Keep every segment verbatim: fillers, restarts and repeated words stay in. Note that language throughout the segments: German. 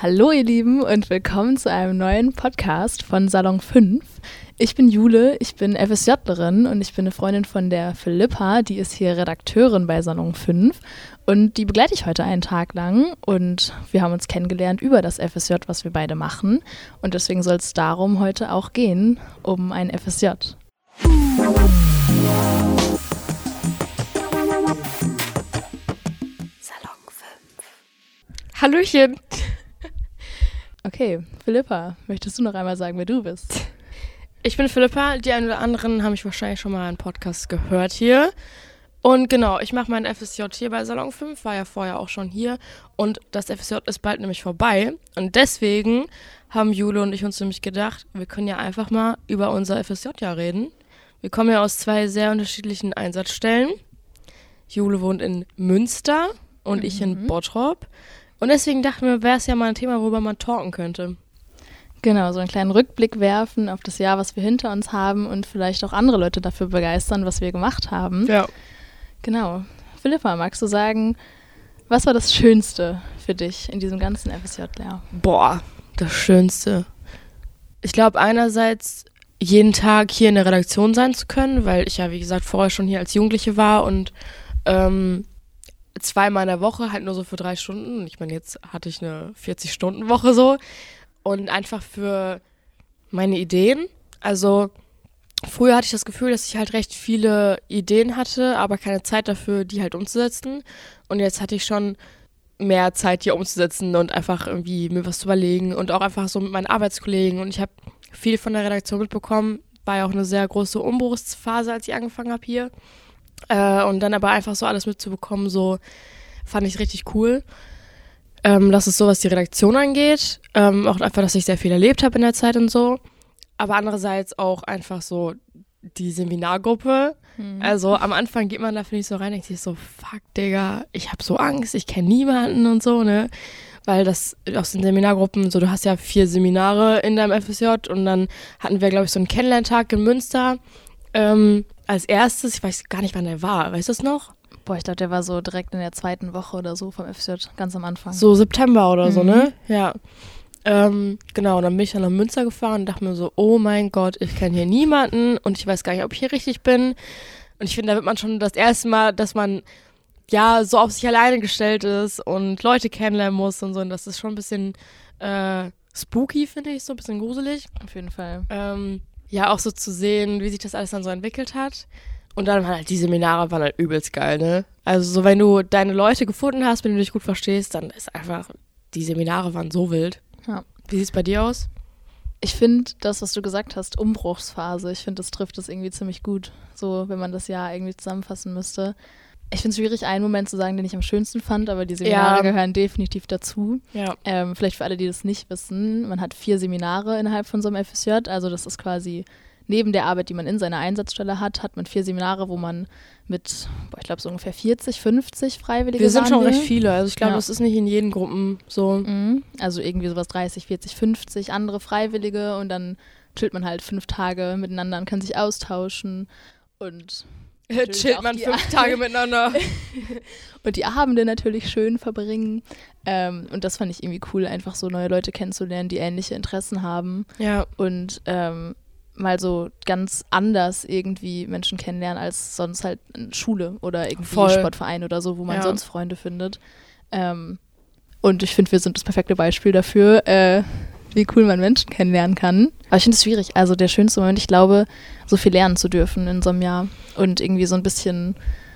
Hallo ihr Lieben und willkommen zu einem neuen Podcast von Salon fünf. Ich bin Jule, ich bin FSJlerin und ich bin eine Freundin von der Philippa, die ist hier Redakteurin bei Salon fünf und die begleite ich heute einen Tag lang und wir haben uns kennengelernt über das F S J, was wir beide machen und deswegen soll es darum heute auch gehen, um ein F S J. Salon fünf. Hallöchen. Okay, Philippa, möchtest du noch einmal sagen, wer du bist? Ich bin Philippa, die einen oder anderen haben mich wahrscheinlich schon mal einen Podcast gehört hier. Und genau, ich mache meinen F S J hier bei Salon fünf, war ja vorher auch schon hier. Und das F S J ist bald nämlich vorbei. Und deswegen haben Jule und ich uns nämlich gedacht, wir können ja einfach mal über unser F S J-Jahr reden. Wir kommen ja aus zwei sehr unterschiedlichen Einsatzstellen. Jule wohnt in Münster und mhm. ich in Bottrop. Und deswegen dachten wir, wäre es ja mal ein Thema, worüber man talken könnte. Genau, so einen kleinen Rückblick werfen auf das Jahr, was wir hinter uns haben und vielleicht auch andere Leute dafür begeistern, was wir gemacht haben. Ja. Genau. Philippa, magst du sagen, was war das Schönste für dich in diesem ganzen F S J-Jahr? Boah, das Schönste. Ich glaube einerseits jeden Tag hier in der Redaktion sein zu können, weil ich ja, wie gesagt, vorher schon hier als Jugendliche war und ähm, zweimal in der Woche, halt nur so für drei Stunden. Ich meine, jetzt hatte ich eine vierzig-Stunden-Woche so. Und einfach für meine Ideen. Also früher hatte ich das Gefühl, dass ich halt recht viele Ideen hatte, aber keine Zeit dafür, die halt umzusetzen. Und jetzt hatte ich schon mehr Zeit, die umzusetzen und einfach irgendwie mir was zu überlegen. Und auch einfach so mit meinen Arbeitskollegen. Und ich habe viel von der Redaktion mitbekommen. War ja auch eine sehr große Umbruchsphase, als ich angefangen habe hier. Äh, und dann aber einfach so alles mitzubekommen, so fand ich richtig cool. Ähm, das ist so, was die Redaktion angeht. Ähm, auch einfach, dass ich sehr viel erlebt habe in der Zeit und so. Aber andererseits auch einfach so die Seminargruppe. Mhm. Also am Anfang geht man da, finde ich, so rein, denkt sich so, fuck, Digga, ich habe so Angst, ich kenne niemanden und so, ne? Weil das aus den Seminargruppen, so du hast ja vier Seminare in deinem F S J und dann hatten wir, glaube ich, so einen Kennenlerntag in Münster. Ähm, als erstes, ich weiß gar nicht, wann der war, weißt du das noch? Boah, ich glaube, der war so direkt in der zweiten Woche oder so vom F S J, ganz am Anfang. So September oder mhm. so, ne? Ja. Ähm, genau, und dann bin ich dann nach Münster gefahren und dachte mir so, oh mein Gott, ich kenne hier niemanden und ich weiß gar nicht, ob ich hier richtig bin. Und ich finde, da wird man schon das erste Mal, dass man ja so auf sich alleine gestellt ist und Leute kennenlernen muss und so. Und das ist schon ein bisschen äh, spooky, finde ich, so ein bisschen gruselig. Auf jeden Fall. Ähm, ja, auch so zu sehen, wie sich das alles dann so entwickelt hat. Und dann waren halt die Seminare waren halt übelst geil, ne? Also so, wenn du deine Leute gefunden hast, wenn du dich gut verstehst, dann ist einfach, die Seminare waren so wild. Ja. Wie sieht's bei dir aus? Ich finde, das, was du gesagt hast, Umbruchsphase, ich finde, das trifft das irgendwie ziemlich gut. So, wenn man das Jahr irgendwie zusammenfassen müsste. Ich finde es schwierig, einen Moment zu sagen, den ich am schönsten fand, aber die Seminare ja. gehören definitiv dazu. Ja. Ähm, vielleicht für alle, die das nicht wissen, man hat vier Seminare innerhalb von so einem F S J, also das ist quasi neben der Arbeit, die man in seiner Einsatzstelle hat, hat man vier Seminare, wo man mit, boah, ich glaube so ungefähr vierzig, fünfzig Freiwillige Wir sind schon will. recht viele, also ich glaube, ja. das ist nicht in jeden Gruppen so. Mhm. Also irgendwie sowas dreißig, vierzig, fünfzig andere Freiwillige und dann chillt man halt fünf Tage miteinander und kann sich austauschen und chillt man fünf Tage miteinander. Und die Abende natürlich schön verbringen. Ähm, und das fand ich irgendwie cool, einfach so neue Leute kennenzulernen, die ähnliche Interessen haben. Ja. Und ähm, mal so ganz anders irgendwie Menschen kennenlernen als sonst halt in Schule oder irgendwie Voll. Sportverein oder so, wo man ja. sonst Freunde findet. Ähm, und ich finde, wir sind das perfekte Beispiel dafür, äh, wie cool man Menschen kennenlernen kann. Aber ich finde es schwierig. Also der schönste Moment, ich glaube, so viel lernen zu dürfen in so einem Jahr und irgendwie so ein bisschen,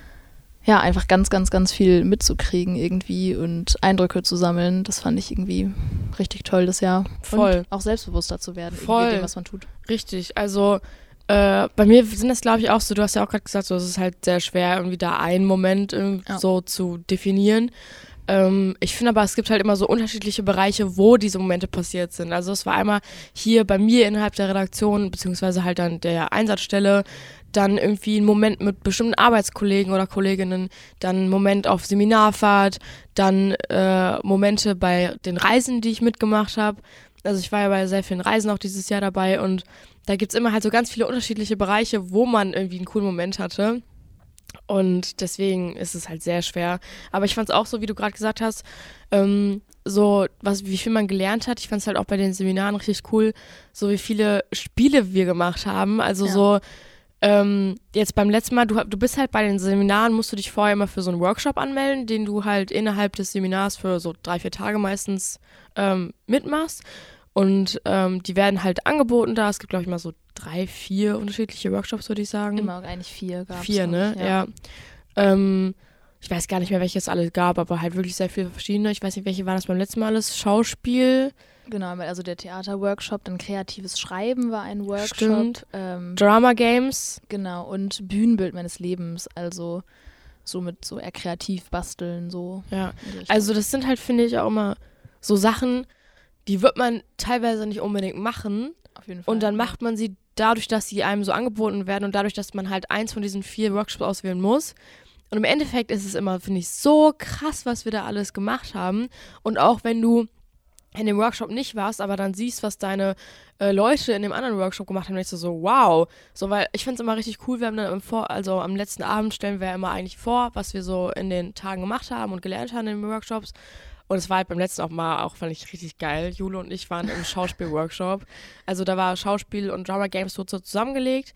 ja, einfach ganz, ganz, ganz viel mitzukriegen irgendwie und Eindrücke zu sammeln. Das fand ich irgendwie richtig toll das Jahr. Voll. Und auch selbstbewusster zu werden, Voll. irgendwie dem, was man tut. Richtig. Also äh, bei mir sind das, glaube ich, auch so, du hast ja auch gerade gesagt, so, es ist halt sehr schwer, irgendwie da einen Moment irgendwie Ja. so zu definieren. Ähm, ich finde aber, es gibt halt immer so unterschiedliche Bereiche, wo diese Momente passiert sind. Also es war einmal hier bei mir innerhalb der Redaktion, beziehungsweise halt dann der Einsatzstelle, dann irgendwie ein Moment mit bestimmten Arbeitskollegen oder Kolleginnen, dann ein Moment auf Seminarfahrt, dann äh, Momente bei den Reisen, die ich mitgemacht habe. Also ich war ja bei sehr vielen Reisen auch dieses Jahr dabei und da gibt's immer halt so ganz viele unterschiedliche Bereiche, wo man irgendwie einen coolen Moment hatte. Und deswegen ist es halt sehr schwer. Aber ich fand es auch so, wie du gerade gesagt hast, ähm, so, was, wie viel man gelernt hat. Ich fand es halt auch bei den Seminaren richtig cool, so wie viele Spiele wir gemacht haben. Also Ja. so, ähm, jetzt beim letzten Mal, du, du bist halt bei den Seminaren, musst du dich vorher immer für so einen Workshop anmelden, den du halt innerhalb des Seminars für so drei, vier Tage meistens ähm, mitmachst. Und ähm, die werden halt angeboten da. Es gibt, glaube ich, mal so drei, vier unterschiedliche Workshops, würde ich sagen. Immer eigentlich vier gab es. Vier, ne? Ja. ja. Ähm, ich weiß gar nicht mehr, welches es alles gab, aber halt wirklich sehr viele verschiedene. Ich weiß nicht, welche waren das beim letzten Mal alles? Schauspiel. Genau, also der Theaterworkshop, dann kreatives Schreiben war ein Workshop. Stimmt. Ähm, Drama Games. Genau, und Bühnenbild meines Lebens, also so mit so eher kreativ basteln, so. Ja, also das sind halt, finde ich, auch immer so Sachen, die wird man teilweise nicht unbedingt machen. Auf jeden Fall. Und dann ja. macht man sie dadurch, dass sie einem so angeboten werden und dadurch, dass man halt eins von diesen vier Workshops auswählen muss. Und im Endeffekt ist es immer, finde ich, so krass, was wir da alles gemacht haben. Und auch wenn du in dem Workshop nicht warst, aber dann siehst, was deine äh, Leute in dem anderen Workshop gemacht haben, denkst du so, wow. So, weil ich finde es immer richtig cool, wir haben dann im Vor-, also am letzten Abend stellen wir immer eigentlich vor, was wir so in den Tagen gemacht haben und gelernt haben in den Workshops. Und es war halt beim letzten auch mal, auch fand ich richtig geil. Jule und ich waren im Schauspiel-Workshop. Also da war Schauspiel und Drama Games so zusammengelegt.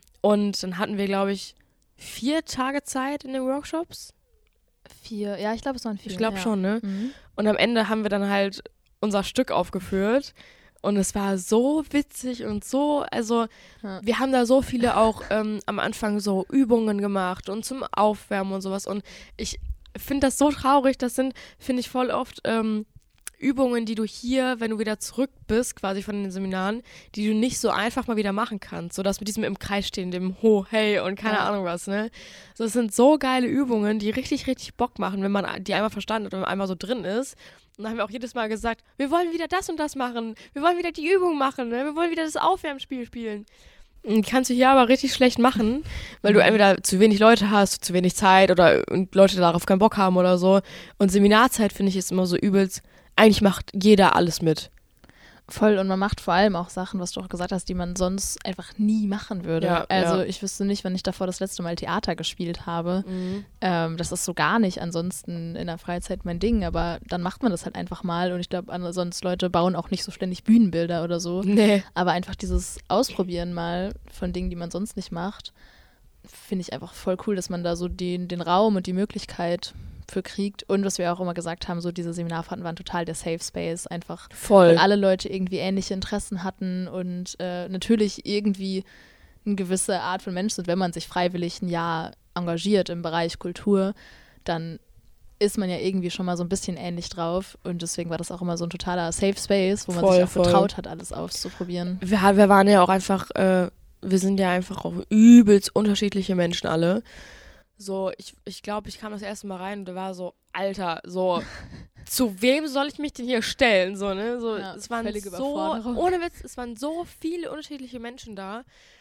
Und dann hatten wir, glaube ich, vier Tage Zeit in den Workshops. Vier, ja, ich glaube, es waren vier. Ich glaube ja. schon, ne? Mhm. Und am Ende haben wir dann halt unser Stück aufgeführt. Und es war so witzig und so, also ja. wir haben da so viele auch ähm, am Anfang so Übungen gemacht und zum Aufwärmen und sowas. Und ich finde das so traurig, das sind, finde ich, voll oft ähm, Übungen, die du hier, wenn du wieder zurück bist, quasi von den Seminaren, die du nicht so einfach mal wieder machen kannst. So das mit diesem im Kreis stehen, dem Ho, hey und keine ja. Ahnung was, ne? So, das sind so geile Übungen, die richtig, richtig Bock machen, wenn man die einmal verstanden hat und einmal so drin ist. Und dann haben wir auch jedes Mal gesagt, wir wollen wieder das und das machen, wir wollen wieder die Übung machen, ne? Wir wollen wieder das Aufwärmspiel spielen. Kannst du hier aber richtig schlecht machen, weil du entweder zu wenig Leute hast, zu wenig Zeit oder und Leute darauf keinen Bock haben oder so. Und Seminarzeit, finde ich, ist immer so übelst, eigentlich macht jeder alles mit. Voll, und man macht vor allem auch Sachen, was du auch gesagt hast, die man sonst einfach nie machen würde. Ja, also ja. ich wüsste nicht, wenn ich davor das letzte Mal Theater gespielt habe. Mhm. Ähm, das ist so gar nicht ansonsten in der Freizeit mein Ding, aber dann macht man das halt einfach mal und ich glaube, sonst Leute bauen auch nicht so ständig Bühnenbilder oder so. Nee. Aber einfach dieses Ausprobieren mal von Dingen, die man sonst nicht macht, finde ich einfach voll cool, dass man da so den, den Raum und die Möglichkeit für kriegt. Und was wir auch immer gesagt haben, so diese Seminarfahrten waren total der Safe Space, einfach Voll. weil alle Leute irgendwie ähnliche Interessen hatten und äh, natürlich irgendwie eine gewisse Art von Mensch sind. Wenn man sich freiwillig ein Jahr engagiert im Bereich Kultur, dann ist man ja irgendwie schon mal so ein bisschen ähnlich drauf und deswegen war das auch immer so ein totaler Safe Space, wo man Voll, sich auch voll. getraut hat, alles auszuprobieren. Wir, wir waren ja auch einfach, äh, wir sind ja einfach auch übelst unterschiedliche Menschen alle. So, ich, ich glaube, ich kam das erste Mal rein und da war so, Alter, so, zu wem soll ich mich denn hier stellen? So, ne? So, Ja, es waren völlige so, Überforderung. ohne Witz, es waren so viele unterschiedliche Menschen da.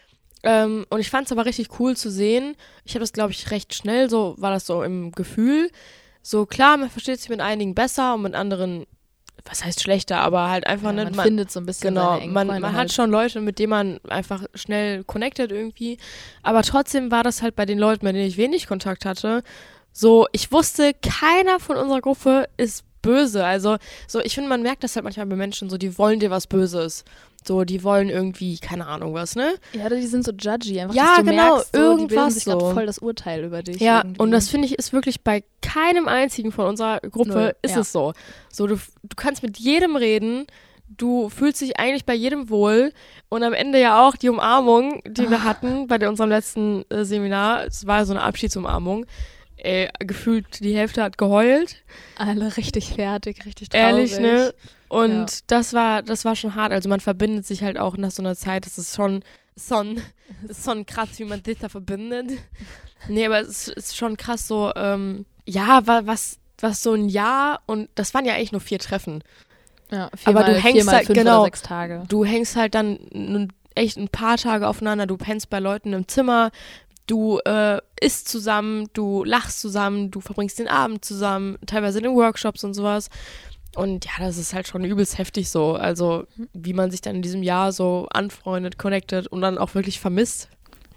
Ähm, und ich fand es aber richtig cool zu sehen. Ich habe das, glaube ich, recht schnell, so war das so im Gefühl. So, klar, man versteht sich mit einigen besser und mit anderen, was heißt schlechter, aber halt einfach, Ja, ne, man, man findet so ein bisschen Genau, seine engen man, Freunde man halt. hat schon Leute, mit denen man einfach schnell connected irgendwie. Aber trotzdem war das halt bei den Leuten, mit denen ich wenig Kontakt hatte, so, ich wusste, keiner von unserer Gruppe ist böse. Also, so, ich finde, man merkt das halt manchmal bei Menschen so, die wollen dir was Böses. So, die wollen irgendwie, keine Ahnung was, ne? Ja, die sind so judgy, einfach, Ja, dass du genau, merkst, so, die bilden irgendwas sich grad so. voll das Urteil über dich. Ja, irgendwie. und das finde ich ist wirklich bei keinem einzigen von unserer Gruppe Null, ist ja. es so. So, du, du kannst mit jedem reden, du fühlst dich eigentlich bei jedem wohl und am Ende ja auch die Umarmung, die wir hatten bei der, unserem letzten äh, Seminar, es war so eine Abschiedsumarmung, ey, gefühlt die Hälfte hat geheult. Alle richtig fertig, richtig traurig. Ehrlich, ne? Und Ja. das war, das war schon hart. Also man verbindet sich halt auch nach so einer Zeit, das ist schon, schon, das ist schon krass, wie man sich da verbindet. Nee, aber es ist schon krass so, ähm, ja, wa- was, was so ein Jahr und das waren ja eigentlich nur vier Treffen. Ja, Aber viermal, du hängst viermal halt- fünf genau. oder sechs Tage. Du hängst halt dann n- echt ein paar Tage aufeinander, du pennst bei Leuten im Zimmer, du äh, isst zusammen, du lachst zusammen, du verbringst den Abend zusammen, teilweise in den Workshops und sowas. Und ja, das ist halt schon übelst heftig so. Also, wie man sich dann in diesem Jahr so anfreundet, connected und dann auch wirklich vermisst.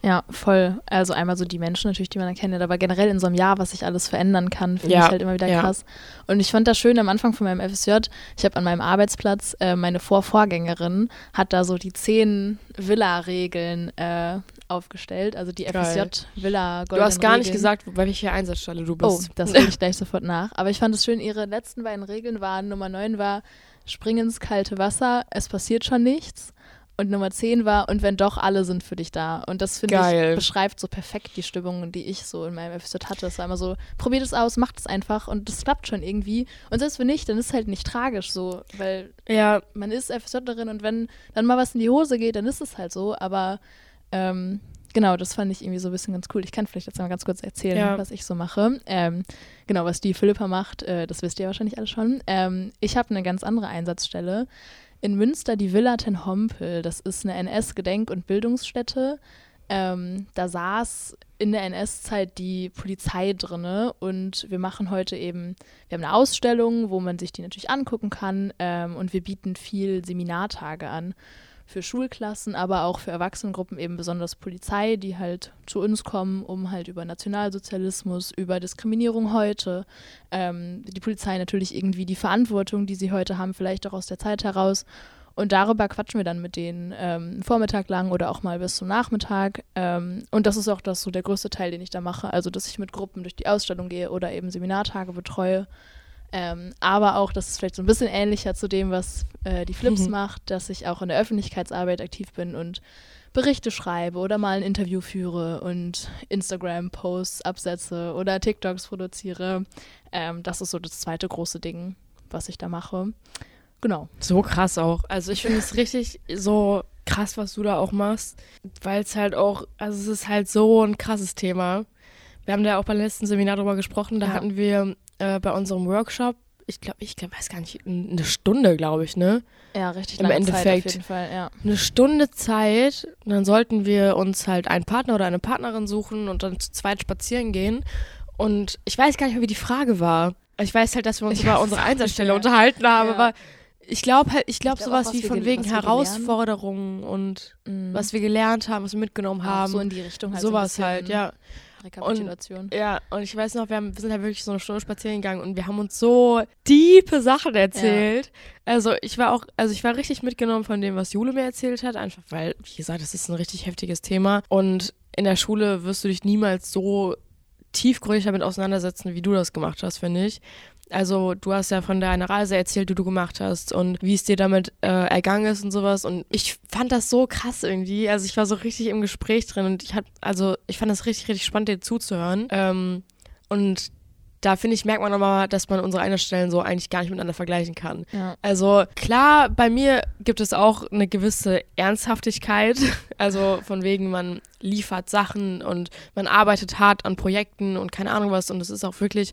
Ja, voll. Also einmal so die Menschen natürlich, die man dann kennt, aber generell in so einem Jahr, was sich alles verändern kann, finde Ja, ich halt immer wieder ja. krass. Und ich fand das schön am Anfang von meinem F S J, ich habe an meinem Arbeitsplatz, äh, meine Vorvorgängerin hat da so die zehn Villa-Regeln äh, aufgestellt, also die Geil. F S J-Villa golden Du hast gar nicht Regeln. gesagt, bei welcher Einsatzstelle du Oh, bist. das hole ich gleich sofort nach. Aber ich fand es schön, ihre letzten beiden Regeln waren, Nummer neun war, spring ins kalte Wasser, es passiert schon nichts. Und Nummer zehn war, und wenn doch, alle sind für dich da. Und das, finde Geil. ich, beschreibt so perfekt die Stimmung, die ich so in meinem F S J hatte. Es war immer so, probiert es aus, macht es einfach und das klappt schon irgendwie. Und selbst wenn nicht, dann ist es halt nicht tragisch so, weil Ja, man ist FSJlerin und wenn dann mal was in die Hose geht, dann ist es halt so. Aber ähm, genau, das fand ich irgendwie so ein bisschen ganz cool. Ich kann vielleicht jetzt mal ganz kurz erzählen, Ja. was ich so mache. Ähm, genau, was die Philippa macht, äh, das wisst ihr wahrscheinlich alle schon. Ähm, ich habe eine ganz andere Einsatzstelle. In Münster die Villa Ten Hompel. Das ist eine N S-Gedenk- und Bildungsstätte. Ähm, da saß in der N S-Zeit die Polizei drinne und wir machen heute eben, wir haben eine Ausstellung, wo man sich die natürlich angucken kann ähm, und wir bieten viel Seminartage an für Schulklassen, aber auch für Erwachsenengruppen, eben besonders Polizei, die halt zu uns kommen, um halt über Nationalsozialismus, über Diskriminierung heute, ähm, die Polizei natürlich irgendwie die Verantwortung, die sie heute haben, vielleicht auch aus der Zeit heraus. Und darüber quatschen wir dann mit denen ähm, einen Vormittag lang oder auch mal bis zum Nachmittag. Ähm, und das ist auch das so der größte Teil, den ich da mache. Also, dass ich mit Gruppen durch die Ausstellung gehe oder eben Seminartage betreue. Ähm, aber auch, das ist vielleicht so ein bisschen ähnlicher zu dem, was äh, die Flips Mhm. macht, dass ich auch in der Öffentlichkeitsarbeit aktiv bin und Berichte schreibe oder mal ein Interview führe und Instagram-Posts absetze oder TikToks produziere. Ähm, das ist so das zweite große Ding, was ich da mache. Genau. so krass auch. Also ich finde es richtig so krass, was du da auch machst, weil es halt auch, also es ist halt so ein krasses Thema. Wir haben da ja auch beim letzten Seminar drüber gesprochen, da Ja. hatten wir äh, bei unserem Workshop, ich glaube, ich glaub, weiß gar nicht, eine Stunde, glaube ich, ne? Ja, richtig Im lange Zeit auf Endeffekt. jeden Fall, ja. Eine Stunde Zeit, und dann sollten wir uns halt einen Partner oder eine Partnerin suchen und dann zu zweit spazieren gehen. Und ich weiß gar nicht mehr, wie die Frage war. Ich weiß halt, dass wir uns Ich über weiß unsere es auch nicht Einsatzstelle mehr. unterhalten haben, Ja. aber ich glaube halt, ich glaube Ich glaub auch, sowas was wie wir von gel- wegen was wir gelernt- Herausforderungen und Mhm. was wir gelernt haben, was wir mitgenommen Auch haben. so in die Richtung halt sowas so ein halt, bisschen ja. Rekapitulation. Ja, und ich weiß noch, wir, haben, wir sind halt wirklich so eine Stunde spazieren gegangen und wir haben uns so tiefe Sachen erzählt. Also ich war auch, also ich war richtig mitgenommen von dem, was Jule mir erzählt hat, einfach weil, wie gesagt, das ist ein richtig heftiges Thema und in der Schule wirst du dich niemals so tiefgründig damit auseinandersetzen, wie du das gemacht hast, finde ich. Also du hast ja von deiner Reise erzählt, die du gemacht hast und wie es dir damit äh, ergangen ist und sowas und ich fand das so krass irgendwie, also ich war so richtig im Gespräch drin und ich hab, also ich fand das richtig, richtig spannend, dir zuzuhören ähm, und da finde ich, merkt man nochmal, dass man unsere Einsatzstellen so eigentlich gar nicht miteinander vergleichen kann. Ja. Also klar, bei mir gibt es auch eine gewisse Ernsthaftigkeit, also von wegen, man liefert Sachen und man arbeitet hart an Projekten und keine Ahnung was und es ist auch wirklich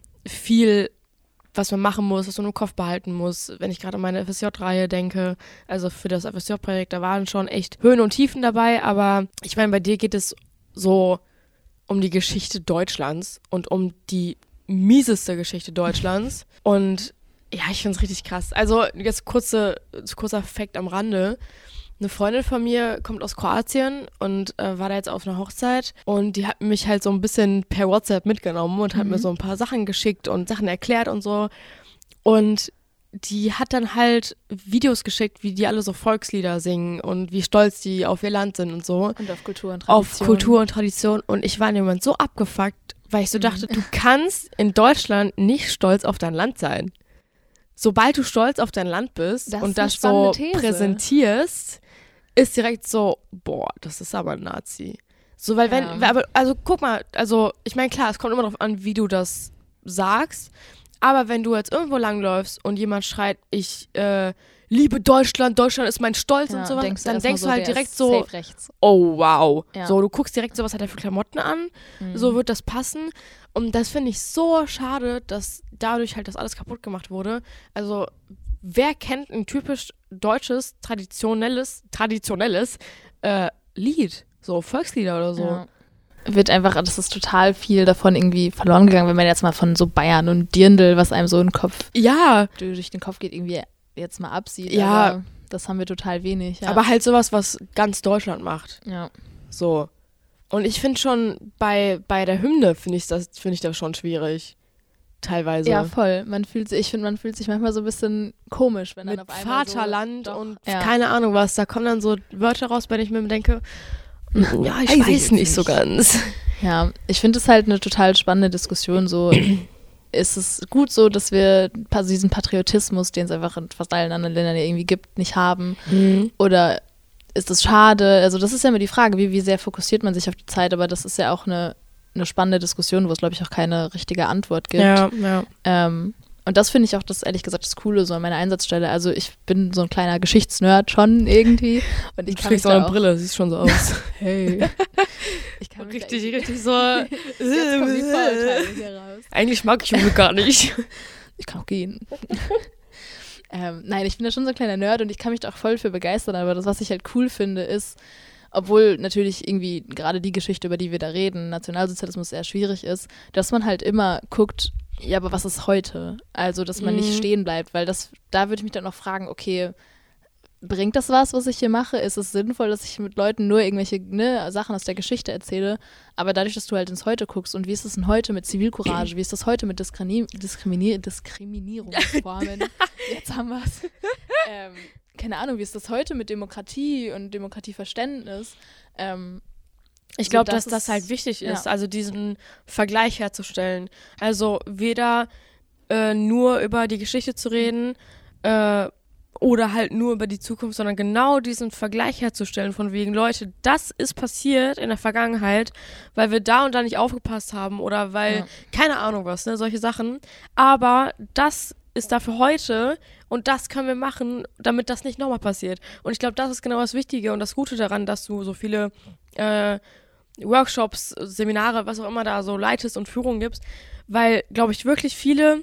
viel, was man machen muss, was man im Kopf behalten muss. Wenn ich gerade an meine F S J-Reihe denke, also für das F S J-Projekt, da waren schon echt Höhen und Tiefen dabei, aber ich meine, bei dir geht es so um die Geschichte Deutschlands und um die mieseste Geschichte Deutschlands und ja, ich finde es richtig krass. Also jetzt kurze, kurzer Fact am Rande. Eine Freundin von mir kommt aus Kroatien und äh, war da jetzt auf einer Hochzeit und die hat mich halt so ein bisschen per WhatsApp mitgenommen und hat Mhm. mir so ein paar Sachen geschickt und Sachen erklärt und so. Und die hat dann halt Videos geschickt, wie die alle so Volkslieder singen und wie stolz die auf ihr Land sind und so. Und auf Kultur und Tradition. Auf Kultur und Tradition. Und ich war in dem Moment so abgefuckt, weil ich so Mhm. dachte, du kannst in Deutschland nicht stolz auf dein Land sein. Sobald du stolz auf dein Land bist Das ist und eine das so spannende These. präsentierst, ist direkt so, boah, das ist aber ein Nazi. So, weil wenn, Ja. aber, also guck mal, also ich meine, klar, es kommt immer darauf an, wie du das sagst, aber wenn du jetzt irgendwo langläufst und jemand schreit, ich äh, liebe Deutschland, Deutschland ist mein Stolz Ja, und sowas, denkst du dann erst mal denkst so, du halt der direkt ist so, safe rechts. oh wow. Ja. So, du guckst direkt so, was hat er für Klamotten an, Mhm. so wird das passen. Und das finde ich so schade, dass dadurch halt das alles kaputt gemacht wurde. Also, wer kennt ein typisch deutsches, traditionelles, traditionelles äh, Lied? So Volkslieder oder so. Ja. Wird einfach, das ist total viel davon irgendwie verloren gegangen, wenn man jetzt mal von so Bayern und Dirndl, was einem so im Kopf, Ja, durch den Kopf geht, irgendwie jetzt mal absieht. Ja. Aber das haben wir total wenig. Ja. aber halt sowas, was ganz Deutschland macht. ja. So. Und ich finde schon, bei, bei der Hymne finde ich das, find ich das schon schwierig. Teilweise. Ja, voll. Man fühlt sich, ich finde, man fühlt sich manchmal so ein bisschen komisch, wenn Mit dann auf einmal Vaterland so, doch, und ja. keine Ahnung was. Da kommen dann so Wörter raus, wenn ich mir denke, ja, ich Weiß ich weiß jetzt nicht, nicht. so ganz. Ja, ich finde es halt eine total spannende Diskussion. So ist es gut so, dass wir diesen Patriotismus, den es einfach in fast allen anderen Ländern ja irgendwie gibt, nicht haben? Mhm. Oder ist es schade? Also das ist ja immer die Frage, wie, wie sehr fokussiert man sich auf die Zeit, aber das ist ja auch eine, eine spannende Diskussion, wo es, glaube ich, auch keine richtige Antwort gibt. Ja, ja. Ähm, und das finde ich auch, das ehrlich gesagt, das Coole so an meiner Einsatzstelle. Also ich bin so ein kleiner Geschichtsnerd schon irgendwie. Und ich Du kann trägst mich auch da eine auch, Brille, siehst schon so aus. Hey. Ich kann mich richtig, da richtig so. Jetzt kommen die Vorurteile hier raus. Eigentlich mag ich Jule gar nicht. Ich kann auch gehen. ähm, nein, ich bin da schon so ein kleiner Nerd und ich kann mich da auch voll für begeistern, aber das, was ich halt cool finde, ist, obwohl natürlich irgendwie gerade die Geschichte, über die wir da reden, Nationalsozialismus eher schwierig ist, dass man halt immer guckt, ja, aber was ist heute? Also, dass man Mhm. nicht stehen bleibt, weil das, da würde ich mich dann noch fragen, okay, bringt das was, was ich hier mache? Ist es sinnvoll, dass ich mit Leuten nur irgendwelche ne, Sachen aus der Geschichte erzähle? Aber dadurch, dass du halt ins Heute guckst und wie ist es denn heute mit Zivilcourage? Wie ist das heute mit Diskrimi- Diskriminier- Diskriminierungsformen? Jetzt haben wir es. Ähm, keine Ahnung, wie ist das heute mit Demokratie und Demokratieverständnis? Ähm, Ich So, glaube, das dass das ist- halt wichtig ist, ja. also diesen Vergleich herzustellen. Also weder äh, nur über die Geschichte zu reden äh, oder halt nur über die Zukunft, sondern genau diesen Vergleich herzustellen von wegen, Leute, das ist passiert in der Vergangenheit, weil wir da und da nicht aufgepasst haben oder weil, Ja. keine Ahnung was, ne, solche Sachen. Aber das ist dafür heute und das können wir machen, damit das nicht nochmal passiert. Und ich glaube, das ist genau das Wichtige und das Gute daran, dass du so viele äh, Workshops, Seminare, was auch immer da so leitest und Führung gibst, weil, glaube ich, wirklich viele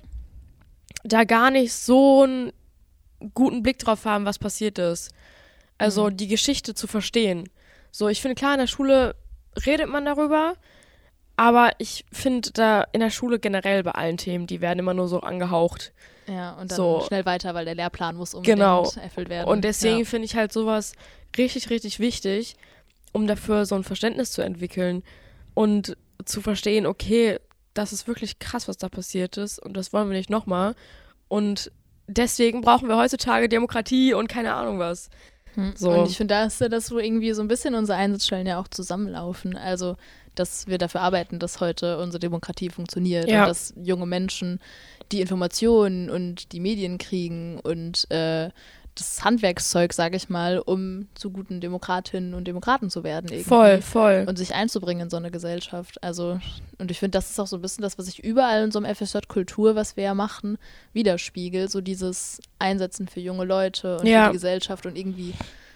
da gar nicht so einen guten Blick drauf haben, was passiert ist. Also Mhm. die Geschichte zu verstehen. So, ich finde, klar, in der Schule redet man darüber, aber ich finde da in der Schule generell bei allen Themen, die werden immer nur so angehaucht. Ja, und dann So. schnell weiter, weil der Lehrplan muss unbedingt Genau. erfüllt werden. Und deswegen ja. finde ich halt sowas richtig, richtig wichtig, um dafür so ein Verständnis zu entwickeln und zu verstehen, okay, das ist wirklich krass, was da passiert ist und das wollen wir nicht nochmal. Und deswegen brauchen wir heutzutage Demokratie und keine Ahnung was. Hm. So. Und ich finde, da ist ja das, wo irgendwie so ein bisschen unsere Einsatzstellen ja auch zusammenlaufen. Also, dass wir dafür arbeiten, dass heute unsere Demokratie funktioniert Ja. und dass junge Menschen die Informationen und die Medien kriegen und äh, das Handwerkszeug, sage ich mal, um zu guten Demokratinnen und Demokraten zu werden. Irgendwie. Voll, voll. Und sich einzubringen in so eine Gesellschaft. Also, und ich finde, das ist auch so ein bisschen das, was sich überall in so einem F S J-Kultur, was wir ja machen, widerspiegelt. So dieses Einsetzen für junge Leute und Ja. für die Gesellschaft und irgendwie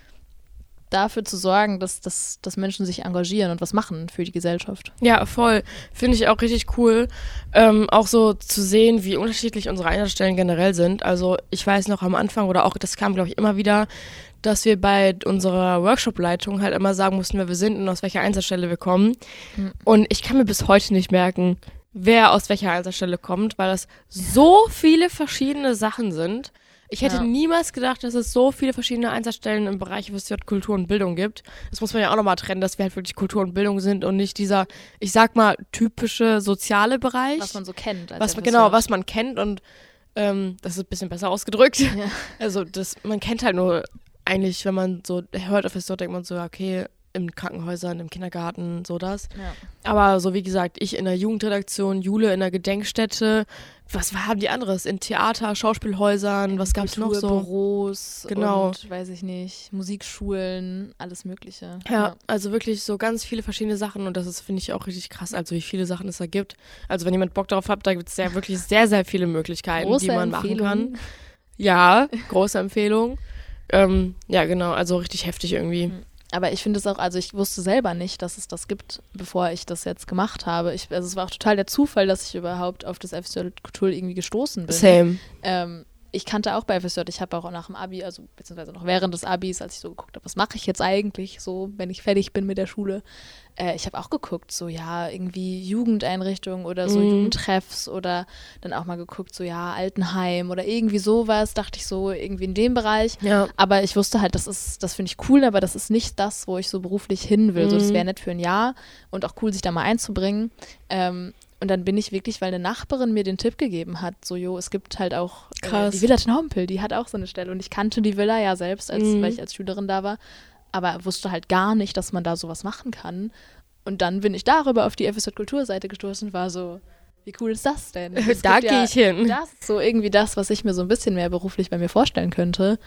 dafür zu sorgen, dass, dass, dass Menschen sich engagieren und was machen für die Gesellschaft. Ja, voll. Finde ich auch richtig cool, ähm, auch so zu sehen, wie unterschiedlich unsere Einsatzstellen generell sind. Also ich weiß noch am Anfang oder auch, das kam, glaube ich, immer wieder, dass wir bei unserer Workshop-Leitung halt immer sagen mussten, wer wir sind und aus welcher Einsatzstelle wir kommen. Mhm. Und ich kann mir bis heute nicht merken, wer aus welcher Einsatzstelle kommt, weil das so viele verschiedene Sachen sind. Ich hätte Ja. niemals gedacht, dass es so viele verschiedene Einsatzstellen im Bereich F S J Kultur und Bildung gibt. Das muss man ja auch nochmal trennen, dass wir halt wirklich Kultur und Bildung sind und nicht dieser, ich sag mal, typische soziale Bereich. Was man so kennt. Als was F man, S J. genau, was man kennt und ähm, das ist ein bisschen besser ausgedrückt. Ja. Also das, man kennt halt nur eigentlich, wenn man so hört F S J, denkt man so, okay, in Krankenhäusern, im Kindergarten, so das. Ja. Aber so wie gesagt, ich in der Jugendredaktion, Jule in der Gedenkstätte, was haben die anderes? In Theater, Schauspielhäusern, was gab's noch so? Büros Genau. und, weiß ich nicht, Musikschulen, alles Mögliche. Ja, also wirklich so ganz viele verschiedene Sachen und das ist, finde ich, auch richtig krass, also wie viele Sachen es da gibt. Also wenn jemand Bock darauf hat, da gibt es ja wirklich sehr, sehr viele Möglichkeiten, Große die man machen Empfehlung. kann. Ja, große Empfehlung. Ähm, ja, genau, also richtig heftig irgendwie. Aber ich finde es auch, also ich wusste selber nicht, dass es das gibt, bevor ich das jetzt gemacht habe. Ich, also es war auch total der Zufall, dass ich überhaupt auf das F S J Kultur irgendwie gestoßen bin. Same. Ähm, ich kannte auch bei F S J, ich habe auch nach dem Abi, also beziehungsweise noch während des Abis, als ich so geguckt habe, was mache ich jetzt eigentlich so, wenn ich fertig bin mit der Schule, äh, ich habe auch geguckt, so ja, irgendwie Jugendeinrichtungen oder so Mhm. Jugendtreffs oder dann auch mal geguckt, so ja, Altenheim oder irgendwie sowas, dachte ich so, irgendwie in dem Bereich. Ja. Aber ich wusste halt, das ist, das finde ich cool, aber das ist nicht das, wo ich so beruflich hin will. Mhm. So, das wäre nett für ein Jahr und auch cool, sich da mal einzubringen. Ähm, und dann bin ich wirklich, weil eine Nachbarin mir den Tipp gegeben hat, so, jo, es gibt halt auch äh, Krass. die Villa Tenhompel, die hat auch so eine Stelle. Und ich kannte die Villa ja selbst, als, Mhm. weil ich als Schülerin da war, aber wusste halt gar nicht, dass man da sowas machen kann. Und dann bin ich darüber auf die F S J-Kulturseite gestoßen und war so, wie cool ist das denn? Es Da gibt gehe ich hin. Das ist so irgendwie das, was ich mir so ein bisschen mehr beruflich bei mir vorstellen könnte.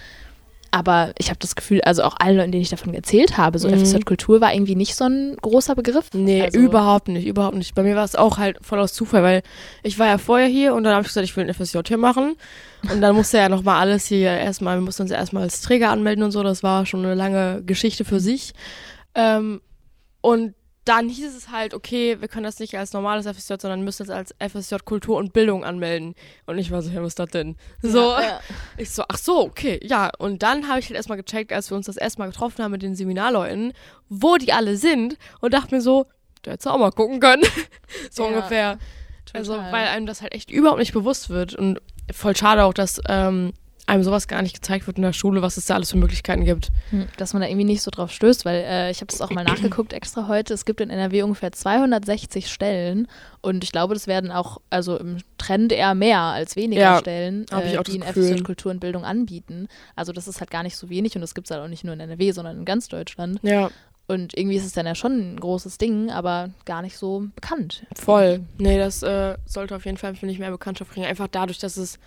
Aber ich habe das Gefühl, also auch allen Leuten, denen ich davon erzählt habe, so Mhm. F S J-Kultur war irgendwie nicht so ein großer Begriff. Nee, also, überhaupt nicht, überhaupt nicht. Bei mir war es auch halt voll aus Zufall, weil ich war ja vorher hier und dann habe ich gesagt, ich will ein F S J hier machen. Und dann musste ja nochmal alles hier erstmal, wir mussten uns ja erstmal als Träger anmelden und so, das war schon eine lange Geschichte für sich. Ähm, und dann hieß es halt, okay, wir können das nicht als normales F S J, sondern müssen es als F S J Kultur und Bildung anmelden. Und ich war so, ja, was ist das denn? So, Ja, ja. ich so, ach so, okay, ja. Und dann habe ich halt erstmal gecheckt, als wir uns das erste Mal getroffen haben mit den Seminarleuten, wo die alle sind und dachte mir so, da hättest du auch mal gucken können. so Ja, ungefähr. Also, total. weil einem das halt echt überhaupt nicht bewusst wird. Und voll schade auch, dass ähm, einem sowas gar nicht gezeigt wird in der Schule, was es da alles für Möglichkeiten gibt. Hm, dass man da irgendwie nicht so drauf stößt, weil äh, ich habe das auch mal nachgeguckt extra heute. Es gibt in N R W ungefähr zweihundertsechzig Stellen und ich glaube, das werden auch also im Trend eher mehr als weniger Ja, Stellen, hab ich äh, auch die in das F S J Gefühl. Kultur und Bildung anbieten. Also das ist halt gar nicht so wenig und das gibt es halt auch nicht nur in N R W, sondern in ganz Deutschland. Ja, Und irgendwie ist es dann ja schon ein großes Ding, aber gar nicht so bekannt. voll. Nee, das äh, sollte auf jeden Fall, finde ich, mehr Bekanntschaft bringen. Einfach dadurch, dass es,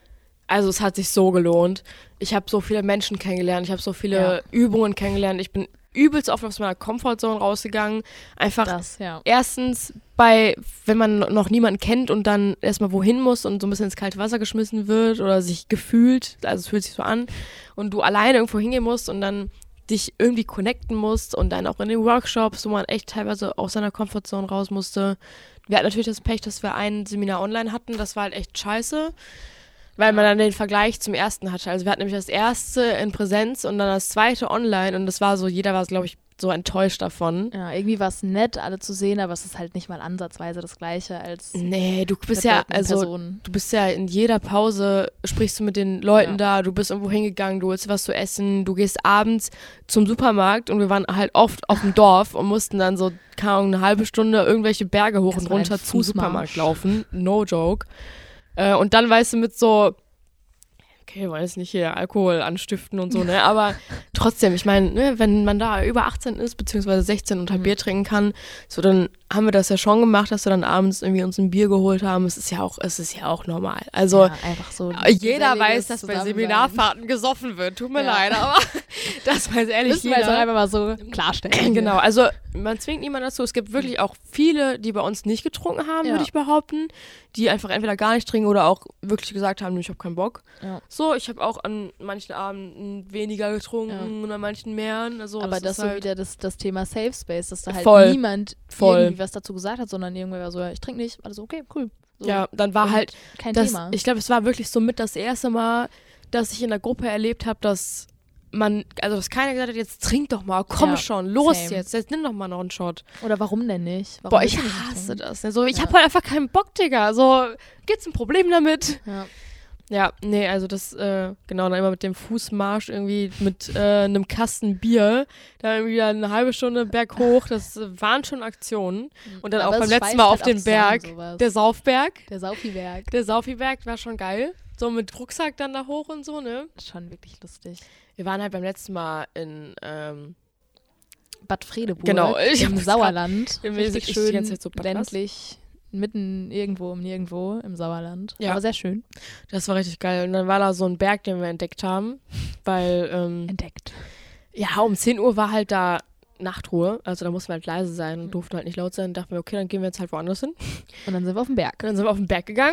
also es hat sich so gelohnt. Ich habe so viele Menschen kennengelernt, ich habe so viele Ja. Übungen kennengelernt. Ich bin übelst oft aus meiner Comfortzone rausgegangen. Einfach Das, ja. erstens bei, wenn man noch niemanden kennt und dann erstmal wohin muss und so ein bisschen ins kalte Wasser geschmissen wird oder sich gefühlt, also es fühlt sich so an, und du alleine irgendwo hingehen musst und dann dich irgendwie connecten musst und dann auch in den Workshops, wo man echt teilweise aus seiner Comfortzone raus musste. Wir hatten natürlich das Pech, dass wir ein Seminar online hatten, das war halt echt scheiße, weil man dann den Vergleich zum ersten hatte. Also wir hatten nämlich das erste in Präsenz und dann das zweite online und das war so, jeder war, glaube ich, so enttäuscht davon. Ja, irgendwie war es nett, alle zu sehen, aber es ist halt nicht mal ansatzweise das Gleiche als Nee, du bist mit ja, Leuten, also Personen. du bist ja in jeder Pause, sprichst du mit den Leuten Ja. da, du bist irgendwo hingegangen, du holst was zu essen, du gehst abends zum Supermarkt und wir waren halt oft auf dem Dorf und mussten dann so, keine Ahnung, eine halbe Stunde irgendwelche Berge hoch und Erstmal runter ein zum Fußmarsch. Supermarkt laufen. No joke. Äh, und dann, weißt du, mit so, okay, weiß nicht, hier Alkohol anstiften und so, ne, aber trotzdem, ich meine, ne, wenn man da über achtzehn ist, beziehungsweise sechzehn und halt Mhm. Bier trinken kann, so, dann haben wir das ja schon gemacht, dass wir dann abends irgendwie uns ein Bier geholt haben. Es ist ja auch, es ist ja auch normal. Also, ja, einfach so jeder geselliges weiß, dass bei Zusammensein. Seminarfahrten gesoffen wird. Tut mir Ja. leid, aber das weiß ehrlich Müssen wir jetzt auch jeder. einfach mal so klarstellen. Genau, also man zwingt niemanden dazu. Es gibt wirklich auch viele, die bei uns nicht getrunken haben, Ja. würde ich behaupten, die einfach entweder gar nicht trinken oder auch wirklich gesagt haben, "Nö, ich habe keinen Bock." Ja. So, ich habe auch an manchen Abenden weniger getrunken und an manchen mehr. Also, Aber das ist so halt wieder das, das Thema Safe Space, dass da halt Voll. niemand Voll. irgendwie was dazu gesagt hat, sondern irgendwer war so, ja, ich trinke nicht, alles okay, cool. So. Ja, dann war Und halt kein das, Thema. ich glaube, es war wirklich so mit das erste Mal, dass ich in der Gruppe erlebt habe, dass man, also dass keiner gesagt hat, jetzt trink doch mal, komm Ja, schon, los same. jetzt, jetzt nimm doch mal noch einen Shot. Oder warum denn nicht? Warum Boah, ich willst du nicht hasse trinken? das. Ne? So, ich Ja. habe halt einfach keinen Bock, Digga. So, gibt's ein Problem damit? Ja. Ja, nee, also das, äh, genau, dann immer mit dem Fußmarsch irgendwie mit äh, einem Kasten Bier, dann irgendwie dann eine halbe Stunde berghoch, das äh, waren schon Aktionen. Und dann Aber auch beim es letzten schweißt Mal halt auf den auch zusammen, Berg, sowas. der Saufberg. Der Saufiberg. Der Saufiberg war schon geil. So mit Rucksack dann da hoch und so, ne? Schon wirklich lustig. Wir waren halt beim letzten Mal in, ähm, Bad Fredeburg Genau, ich hab im das Sauerland. grad- Richtig ich die schön, ganze Zeit so, was? ländlich, mitten irgendwo um nirgendwo im Sauerland. Ja. Aber sehr schön. das war richtig geil. Und dann war da so ein Berg, den wir entdeckt haben, weil, ähm, Entdeckt. ja, um zehn Uhr war halt da Nachtruhe, also da mussten wir halt leise sein und durften halt nicht laut sein. Dachten wir, okay, dann gehen wir jetzt halt woanders hin. Und dann sind wir auf dem Berg. Und dann sind wir auf den Berg gegangen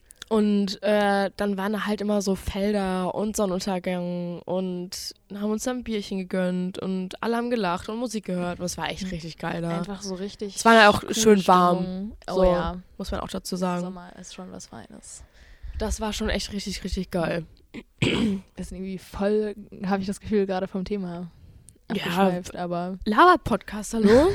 und äh, dann waren da halt immer so Felder und Sonnenuntergang und haben uns dann ein Bierchen gegönnt und alle haben gelacht und Musik gehört und es war echt richtig geil da. Einfach so richtig. Es war ja auch coole schön warm, Stimmung. Oh so. ja. Muss man auch dazu sagen. Sommer ist schon was Feines. Das war schon echt richtig, richtig geil. Wir sind irgendwie voll, habe ich das Gefühl, gerade vom Thema abgeschweift, ja, aber... Lava-Podcast, hallo?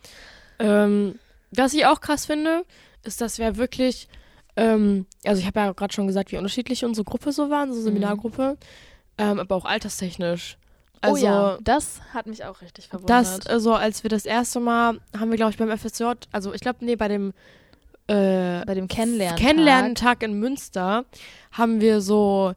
ähm, was ich auch krass finde, ist, dass wir wirklich, ähm, also ich habe ja gerade schon gesagt, wie unterschiedlich unsere Gruppe so war, unsere Seminargruppe, mhm. ähm, aber auch alterstechnisch. Also, oh ja, das hat mich auch richtig verwundert. Das, also als wir das erste Mal, haben wir glaube ich beim F S J, also ich glaube, nee, bei dem äh, bei dem Kennenlerntag. Kennenlerntag in Münster haben wir so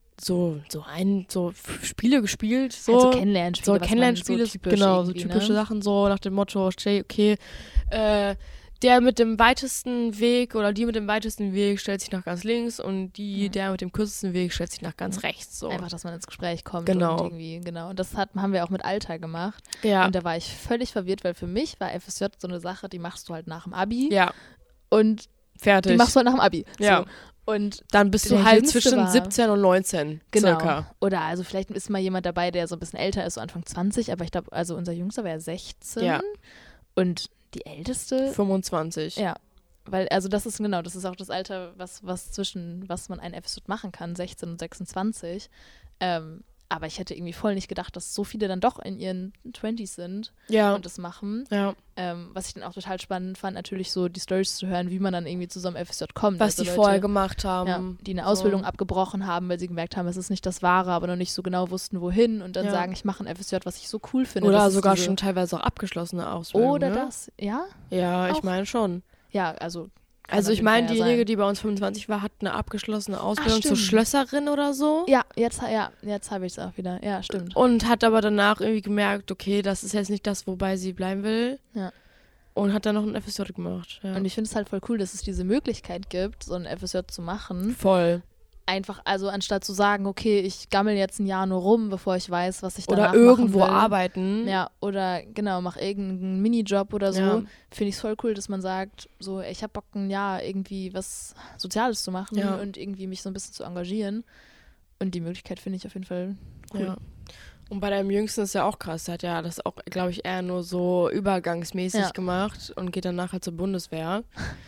so so ein so Spiele gespielt, so also Kennenlernspiele, so Kennenlernspiele, so genau, so typische ne? Sachen, so nach dem Motto, okay, äh, der mit dem weitesten Weg oder die mit dem weitesten Weg stellt sich nach ganz links und die, mhm. der mit dem kürzesten Weg stellt sich nach ganz mhm. rechts. So. Einfach, dass man ins Gespräch kommt. Genau. Und irgendwie, genau. Und das hat, haben wir auch mit Alter gemacht. Ja. Und da war ich völlig verwirrt, weil für mich war F S J so eine Sache, die machst du halt nach dem Abi. Ja. Und fertig. Die machst du halt nach dem Abi. Ja. So. Und dann bist du halt zwischen war, siebzehn und neunzehn. Genau. Circa. Oder also vielleicht ist mal jemand dabei, der so ein bisschen älter ist, so Anfang zwanzig, aber ich glaube, also unser Jüngster war ja sechzehn. Ja. Und die Älteste. fünfundzwanzig. Ja. Weil, also das ist genau, das ist auch das Alter, was, was zwischen, was man ein F S J machen kann, sechzehn und sechsundzwanzig. Ähm, aber ich hätte irgendwie voll nicht gedacht, dass so viele dann doch in ihren zwanzig sind ja. und das machen. Ja. Ähm, was ich dann auch total spannend fand, natürlich so die Storys zu hören, wie man dann irgendwie zu so einem F S J kommt. Was also die Leute, vorher gemacht haben. Ja, die eine Ausbildung so. abgebrochen haben, weil sie gemerkt haben, es ist nicht das Wahre, aber noch nicht so genau wussten, wohin und dann ja. sagen, ich mache ein F S J, was ich so cool finde. Oder sogar schon teilweise auch abgeschlossene Ausbildung. Oder ne? das, ja? Ja, auch? Ich meine schon. Ja, also Also ich meine, diejenige, die bei uns fünfundzwanzig war, hat eine abgeschlossene Ausbildung Ach, zur Schlösserin oder so. Ja, jetzt, ja, jetzt habe ich es auch wieder. Ja, stimmt. Und hat aber danach irgendwie gemerkt, okay, das ist jetzt nicht das, wobei sie bleiben will. Ja. Und hat dann noch ein F S J gemacht. Ja. Und ich finde es halt voll cool, dass es diese Möglichkeit gibt, so ein F S J zu machen. Voll. Einfach, also anstatt zu sagen, okay, ich gammel jetzt ein Jahr nur rum, bevor ich weiß, was ich danach oder irgendwo machen will. arbeiten. Ja, oder genau, mach irgendeinen Minijob oder so. Ja. Finde ich es voll cool, dass man sagt, so, ich hab Bock, ein Jahr irgendwie was Soziales zu machen ja. und irgendwie mich so ein bisschen zu engagieren. Und die Möglichkeit finde ich auf jeden Fall cool. Ja. Und bei deinem Jüngsten ist ja auch krass. Der hat ja das auch, glaube ich, eher nur so übergangsmäßig ja. gemacht und geht danach halt zur Bundeswehr.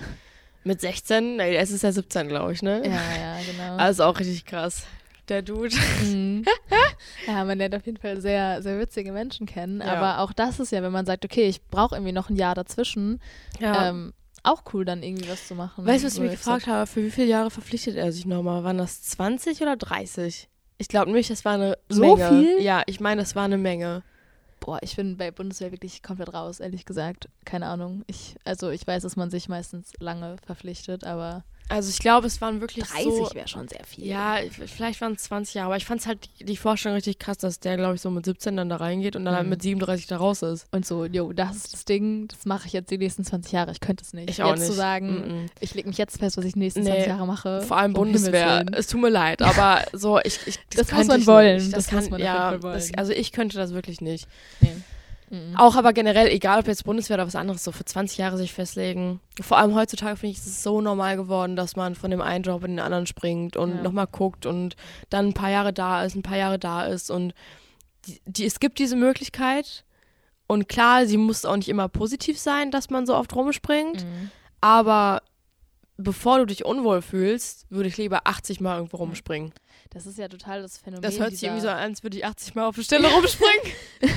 Mit sechzehn, nee, es ist ja siebzehn, glaube ich, ne? Ja, ja, genau. Also auch richtig krass. Der Dude. Mhm. Ja, man lernt auf jeden Fall sehr, sehr witzige Menschen kennen. Ja. Aber auch das ist ja, wenn man sagt, okay, ich brauche irgendwie noch ein Jahr dazwischen, ja. ähm, auch cool, dann irgendwie was zu machen. Weißt du, was ich mich gefragt so. habe? Für wie viele Jahre verpflichtet er sich nochmal? Waren das zwanzig oder dreißig? Ich glaube nämlich, das war eine so Menge. Viel? Ja, ich meine, das war eine Menge. Boah, ich bin bei Bundeswehr wirklich komplett raus, ehrlich gesagt. Keine Ahnung. Ich, also ich weiß, dass man sich meistens lange verpflichtet, aber also ich glaube, es waren wirklich dreißig so... wäre schon sehr viel. Ja, vielleicht waren es zwanzig Jahre, aber ich fand es halt die, die Vorstellung richtig krass, dass der, glaube ich, so mit siebzehn dann da reingeht und dann mhm. halt mit siebenunddreißig da raus ist. Und so, jo, das ist das Ding, das mache ich jetzt die nächsten zwanzig Jahre. Ich könnte es nicht. Ich auch jetzt nicht. zu sagen, Mm-mm. ich lege mich jetzt fest, was ich die nächsten nee, zwanzig Jahre mache. Vor allem um Bundeswehr. Es tut mir leid, aber so, ich... ich das das muss man ich wollen. Nicht. Das, das kann, muss man ja, wollen. das, also ich könnte das wirklich nicht. Nee. Mhm. Auch aber generell, egal ob jetzt Bundeswehr oder was anderes, so für zwanzig Jahre sich festlegen. Vor allem heutzutage finde ich, ist es so normal geworden, dass man von dem einen Job in den anderen springt und ja. nochmal guckt und dann ein paar Jahre da ist, ein paar Jahre da ist und die, die, es gibt diese Möglichkeit und klar, sie muss auch nicht immer positiv sein, dass man so oft rumspringt, Mhm. aber bevor du dich unwohl fühlst, würde ich lieber achtzig Mal irgendwo rumspringen. Das ist ja total das Phänomen. Das hört sich irgendwie so an, als würde ich achtzig Mal auf der Stelle rumspringen.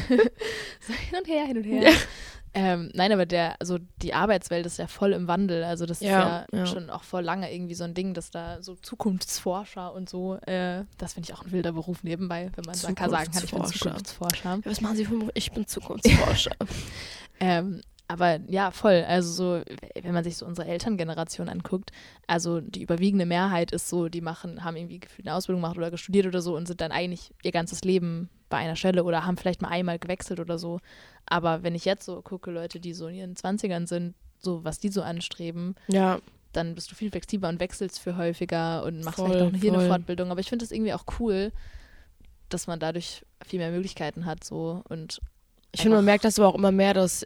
So hin und her, hin und her. Ja. Ähm, nein, aber der, also die Arbeitswelt ist ja voll im Wandel. Also das ja, ist ja, ja schon auch vor lange irgendwie so ein Ding, dass da so Zukunftsforscher und so, äh, das finde ich auch ein wilder Beruf nebenbei, wenn man sagen kann, sagen kann, ich bin Zukunftsforscher. Ja, was machen Sie für einen Beruf? Ich bin Zukunftsforscher. ähm, Aber ja, voll. Also so, wenn man sich so unsere Elterngeneration anguckt, also die überwiegende Mehrheit ist so, die machen, haben irgendwie gefühlt eine Ausbildung gemacht oder studiert oder so und sind dann eigentlich ihr ganzes Leben bei einer Stelle oder haben vielleicht mal einmal gewechselt oder so. Aber wenn ich jetzt so gucke, Leute, die so in ihren Zwanzigern sind, so was die so anstreben, ja. dann bist du viel flexibler und wechselst für häufiger und machst voll, vielleicht auch hier voll. eine Fortbildung. Aber ich finde das irgendwie auch cool, dass man dadurch viel mehr Möglichkeiten hat. So und ich finde, man merkt das aber auch immer mehr, dass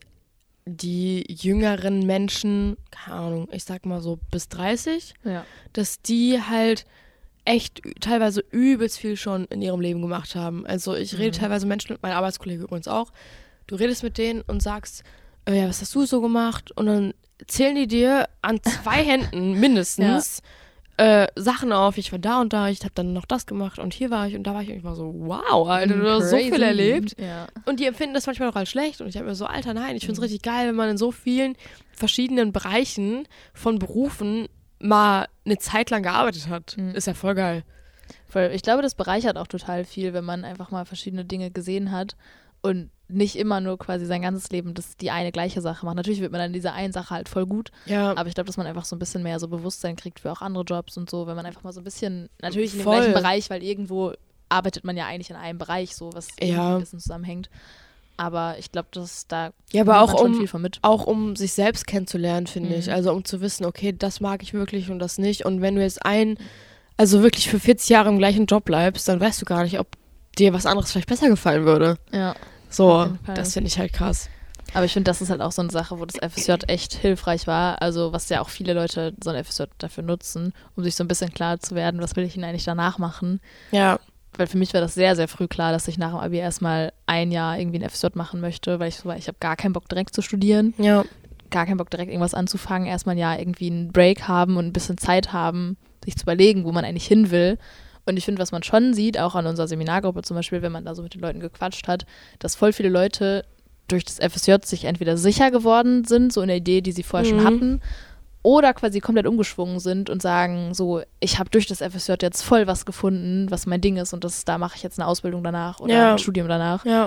die jüngeren Menschen, keine Ahnung, ich sag mal so bis dreißig, ja. dass die halt echt teilweise übelst viel schon in ihrem Leben gemacht haben. Also ich rede mhm. teilweise Menschen, mit meinem Arbeitskollege übrigens auch, du redest mit denen und sagst, äh, ja, was hast du so gemacht? Und dann zählen die dir an zwei Händen mindestens, äh, Sachen auf, ich war da und da, ich habe dann noch das gemacht und hier war ich und da war ich und ich war so, wow, Alter, du hast so viel erlebt. Ja. Und die empfinden das manchmal auch als schlecht und ich habe mir so, Alter, nein, ich finde es Mhm. richtig geil, wenn man in so vielen verschiedenen Bereichen von Berufen mal eine Zeit lang gearbeitet hat. Mhm. Ist ja voll geil. Voll. Ich glaube, das bereichert auch total viel, wenn man einfach mal verschiedene Dinge gesehen hat und nicht immer nur quasi sein ganzes Leben das die eine gleiche Sache macht. Natürlich wird man dann in dieser einen Sache halt voll gut, Ja, aber ich glaube, dass man einfach so ein bisschen mehr so Bewusstsein kriegt für auch andere Jobs und so, wenn man einfach mal so ein bisschen, natürlich in dem Voll. gleichen Bereich, weil irgendwo arbeitet man ja eigentlich in einem Bereich, so was irgendwie Ja. ein bisschen zusammenhängt. Aber ich glaube, dass da ja aber nimmt auch man schon um, viel von mit. auch um sich selbst kennenzulernen, finde ich. Mhm. Also um zu wissen, okay, das mag ich wirklich und das nicht. Und wenn du jetzt ein, also wirklich für vierzig Jahre im gleichen Job bleibst, dann weißt du gar nicht, ob dir was anderes vielleicht besser gefallen würde. Ja. So, Auf jeden Fall. das finde ich halt krass. Aber ich finde, das ist halt auch so eine Sache, wo das F S J echt hilfreich war. Also was ja auch viele Leute so ein F S J dafür nutzen, um sich so ein bisschen klar zu werden, was will ich denn eigentlich danach machen. Ja, Weil für mich war das sehr, sehr früh klar, dass ich nach dem Abi erstmal ein Jahr irgendwie ein F S J machen möchte, weil ich so war, ich habe gar keinen Bock direkt zu studieren, ja, gar keinen Bock direkt irgendwas anzufangen, erstmal ein Jahr irgendwie einen Break haben und ein bisschen Zeit haben, sich zu überlegen, wo man eigentlich hin will. Und ich finde, was man schon sieht, auch an unserer Seminargruppe zum Beispiel, wenn man da so mit den Leuten gequatscht hat, dass voll viele Leute durch das F S J sich entweder sicher geworden sind, so in der Idee, die sie vorher Mhm. schon hatten, oder quasi komplett umgeschwungen sind und sagen so, ich habe durch das F S J jetzt voll was gefunden, was mein Ding ist und das, da mache ich jetzt eine Ausbildung danach oder Ja. ein Studium danach. ja.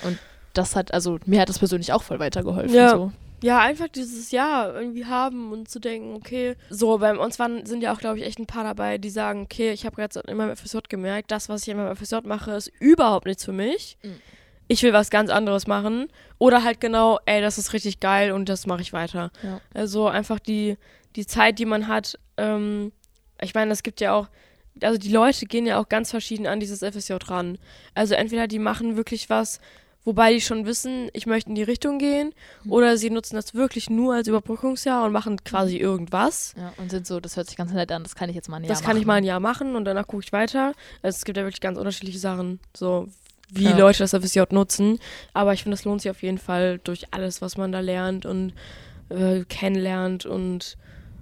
Das hat, also mir hat das persönlich auch voll weitergeholfen. Ja. So. Ja, einfach dieses Jahr irgendwie haben und zu denken, okay, so, bei uns waren, sind ja auch, glaube ich, echt ein paar dabei, die sagen, okay, ich habe jetzt in meinem F S J gemerkt, das, was ich in meinem F S J mache, ist überhaupt nichts für mich. Mhm. Ich will was ganz anderes machen. Oder halt genau, ey, das ist richtig geil und das mache ich weiter. Ja. Also einfach die, die Zeit, die man hat, ähm, ich meine, es gibt ja auch, also die Leute gehen ja auch ganz verschieden an dieses F S J ran. Also entweder die machen wirklich was, wobei die schon wissen, ich möchte in die Richtung gehen, Mhm. oder sie nutzen das wirklich nur als Überbrückungsjahr und machen quasi irgendwas. Ja, und sind so, das hört sich ganz nett an, das kann ich jetzt mal ein Jahr Das kann machen. ich mal ein Jahr machen und danach gucke ich weiter. Also es gibt ja wirklich ganz unterschiedliche Sachen, so wie Ja. Leute das F S J nutzen. Aber ich finde, das lohnt sich auf jeden Fall durch alles, was man da lernt und äh, kennenlernt und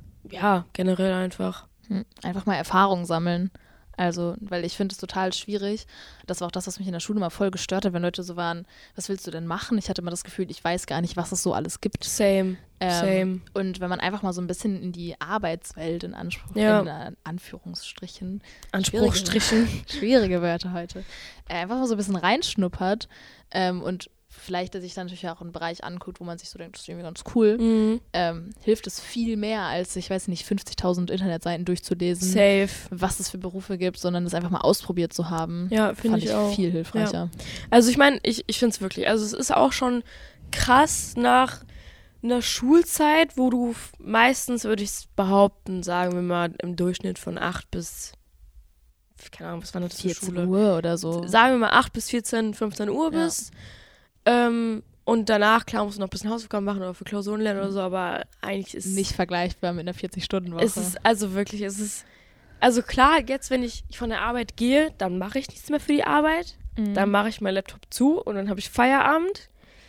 ja, generell einfach. Hm, Einfach mal Erfahrung sammeln. Also, weil ich finde es total schwierig. Das war auch das, was mich in der Schule mal voll gestört hat, wenn Leute so waren, was willst du denn machen? Ich hatte immer das Gefühl, ich weiß gar nicht, was es so alles gibt. Same, Ähm, same. Und wenn man einfach mal so ein bisschen in die Arbeitswelt in, Anspruch, Ja. in äh, Anführungsstrichen, Anspruchsstrichen. schwierige Wörter heute, äh, einfach mal so ein bisschen reinschnuppert ähm, und vielleicht sich dann natürlich auch einen Bereich anguckt, wo man sich so denkt, das ist irgendwie ganz cool, Mhm. ähm, hilft es viel mehr, als, ich weiß nicht, fünfzigtausend Internetseiten durchzulesen, Safe. was es für Berufe gibt, sondern das einfach mal ausprobiert zu haben. Ja, finde Fand ich ich auch. viel hilfreicher. Also ich meine, ich, ich finde es wirklich, also es ist auch schon krass nach einer Schulzeit, wo du f- meistens, würde ich behaupten, sagen wir mal, im Durchschnitt von acht bis, keine Ahnung, was war das für vierzehn Schule? Uhr oder so. Sagen wir mal acht bis vierzehn, fünfzehn Uhr Ja. bist. Ähm, und danach, klar, musst du noch ein bisschen Hausaufgaben machen oder für Klausuren lernen oder so, aber eigentlich ist Nicht vergleichbar mit einer vierzig-Stunden-Woche. es ist also wirklich, es ist, also klar, jetzt, wenn ich von der Arbeit gehe, dann mache ich nichts mehr für die Arbeit. Mhm. Dann mache ich meinen Laptop zu und dann habe ich Feierabend.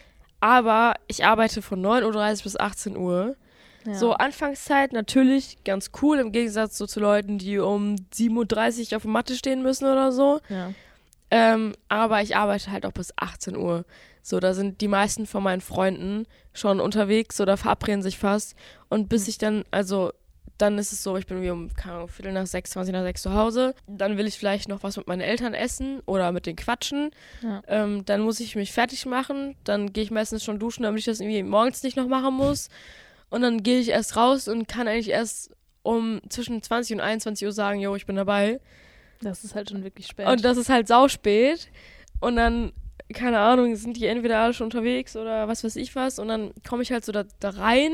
Aber ich arbeite von neun Uhr dreißig bis achtzehn Uhr. Ja. So, Anfangszeit natürlich ganz cool, im Gegensatz so zu Leuten, die um sieben Uhr dreißig auf der Matte stehen müssen oder so. Ja. Ähm, aber ich arbeite halt auch bis achtzehn Uhr. So, da sind die meisten von meinen Freunden schon unterwegs oder verabreden sich fast. Und bis ich dann, also dann ist es so, ich bin wie um, keine Ahnung, Viertel nach sechs, zwanzig nach sechs zu Hause. Dann will ich vielleicht noch was mit meinen Eltern essen oder mit denen quatschen. Ja. Ähm, dann muss ich mich fertig machen. Dann gehe ich meistens schon duschen, damit ich das irgendwie morgens nicht noch machen muss. Und dann gehe ich erst raus und kann eigentlich erst um zwischen zwanzig und einundzwanzig Uhr sagen, jo, ich bin dabei. Das ist halt schon wirklich spät. Und das ist halt sauspät. Und dann, keine Ahnung, sind die entweder alle schon unterwegs oder was weiß ich was. Und dann komme ich halt so da, da rein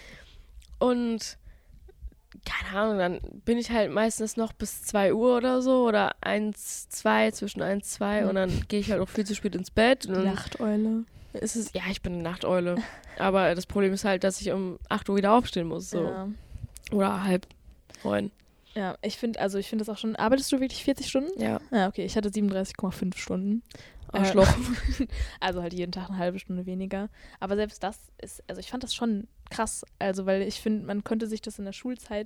und keine Ahnung, dann bin ich halt meistens noch bis zwei Uhr oder so oder eins, zwei, zwischen eins, zwei Ja. und dann gehe ich halt auch viel zu spät ins Bett. Und dann Nachteule. ist es, ja, ich bin eine Nachteule. Aber das Problem ist halt, dass ich um acht Uhr wieder aufstehen muss. So. Ja. Oder halb neun. Ja, ich finde, also ich finde das auch schon, arbeitest du wirklich vierzig Stunden? Ja. Ja, okay, ich hatte siebenunddreißig Komma fünf Stunden. Arschloch. Äh, also halt jeden Tag eine halbe Stunde weniger. Aber selbst das ist, also ich fand das schon krass, also weil ich finde, man konnte sich das in der Schulzeit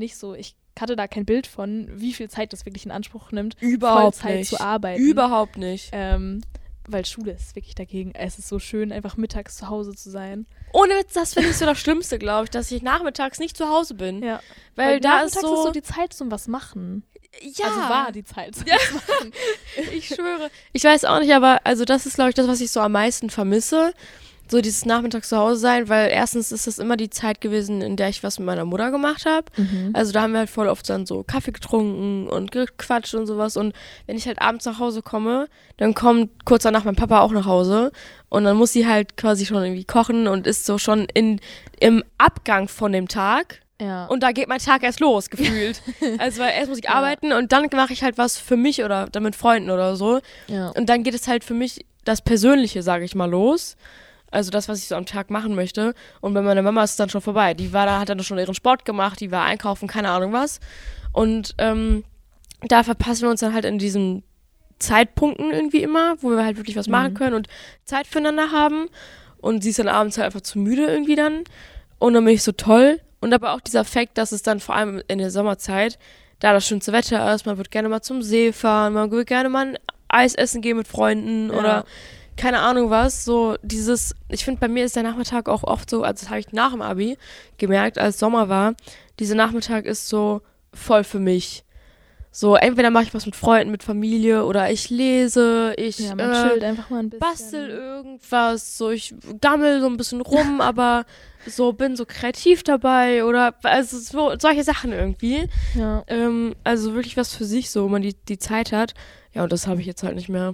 nicht so, ich hatte da kein Bild von, wie viel Zeit das wirklich in Anspruch nimmt, Überhaupt Vollzeit nicht. zu arbeiten. Überhaupt nicht. Ähm, weil Schule ist wirklich dagegen. Es ist so schön, einfach mittags zu Hause zu sein. Ohne Witz, das finde ich so das Schlimmste, glaube ich, dass ich nachmittags nicht zu Hause bin. Ja. Weil, Weil da nachmittags ist so, ist so die Zeit zum was machen. ja. Also war die Zeit zum Ja. was machen. Ich schwöre. Ich weiß auch nicht, aber also das ist, glaube ich, das, was ich so am meisten vermisse. So dieses Nachmittags zu Hause sein, weil erstens ist das immer die Zeit gewesen, in der ich was mit meiner Mutter gemacht habe. Mhm. Also da haben wir halt voll oft dann so Kaffee getrunken und gequatscht und sowas. Und wenn ich halt abends nach Hause komme, dann kommt kurz danach mein Papa auch nach Hause. Und dann muss sie halt quasi schon irgendwie kochen und ist so schon in, im Abgang von dem Tag. Ja. Und da geht mein Tag erst los, gefühlt. Also weil erst muss ich Ja. arbeiten und dann mache ich halt was für mich oder dann mit Freunden oder so. ja. Und dann geht es halt für mich das Persönliche, sage ich mal, los. Also das, was ich so am Tag machen möchte. Und bei meiner Mama ist es dann schon vorbei. Die war da, hat dann schon ihren Sport gemacht, die war einkaufen, keine Ahnung was. Und ähm, da verpassen wir uns dann halt in diesen Zeitpunkten irgendwie immer, wo wir halt wirklich was Mhm. machen können und Zeit füreinander haben. Und sie ist dann abends halt einfach zu müde irgendwie dann. Und dann bin ich so toll. Und aber auch dieser Fakt, dass es dann vor allem in der Sommerzeit, da das schönste Wetter ist, man wird gerne mal zum See fahren, man würde gerne mal ein Eis essen gehen mit Freunden Ja. oder keine Ahnung was, so dieses, ich finde, bei mir ist der Nachmittag auch oft so, also das habe ich nach dem Abi gemerkt, als Sommer war, dieser Nachmittag ist so voll für mich. So, entweder mache ich was mit Freunden, mit Familie oder ich lese, ich ja, man äh, chillt einfach mal ein bisschen. bastel irgendwas, so ich gammel so ein bisschen rum, aber so bin so kreativ dabei oder also so, solche Sachen irgendwie. Ja. Ähm, also wirklich was für sich, so, wo man die, die Zeit hat. Ja, und das habe ich jetzt halt nicht mehr.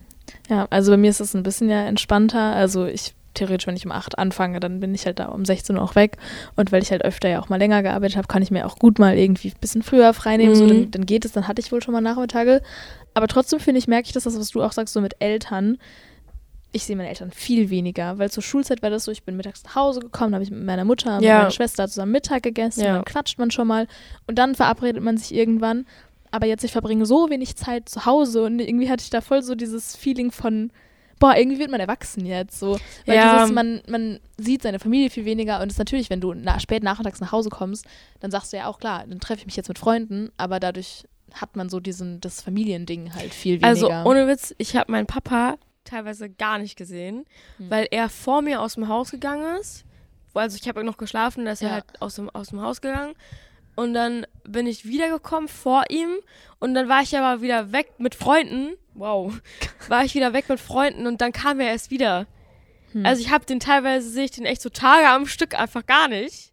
Ja, also bei mir ist es ein bisschen ja entspannter. Also ich theoretisch, wenn ich um acht anfange, dann bin ich halt da um sechzehn Uhr auch weg. Und weil ich halt öfter ja auch mal länger gearbeitet habe, kann ich mir auch gut mal irgendwie ein bisschen früher freinehmen. Mhm. So, dann, dann geht es, dann hatte ich wohl schon mal Nachmittage. Aber trotzdem finde ich, merke ich das, was du auch sagst, so mit Eltern. Ich sehe meine Eltern viel weniger, weil zur Schulzeit war das so, ich bin mittags nach Hause gekommen, habe ich mit meiner Mutter und Ja. meiner Schwester zusammen Mittag gegessen, Ja. dann quatscht man schon mal und dann verabredet man sich irgendwann. Aber jetzt, ich verbringe so wenig Zeit zu Hause und irgendwie hatte ich da voll so dieses Feeling von, boah, irgendwie wird man erwachsen jetzt so. Weil Ja. dieses, man, man sieht seine Familie viel weniger und es ist natürlich, wenn du na, spät nachmittags nach Hause kommst, dann sagst du ja auch, klar, dann treffe ich mich jetzt mit Freunden, aber dadurch hat man so diesen, das Familiending halt viel weniger. Also ohne Witz, ich habe meinen Papa teilweise gar nicht gesehen, Hm. weil er vor mir aus dem Haus gegangen ist. Also ich habe noch geschlafen, da ist er Ja. halt aus dem, aus dem Haus gegangen. Und dann bin ich wiedergekommen vor ihm und dann war ich aber wieder weg mit Freunden. Wow. War ich wieder weg mit Freunden und dann kam er erst wieder. Hm. Also ich habe den teilweise, sehe ich den echt so Tage am Stück einfach gar nicht.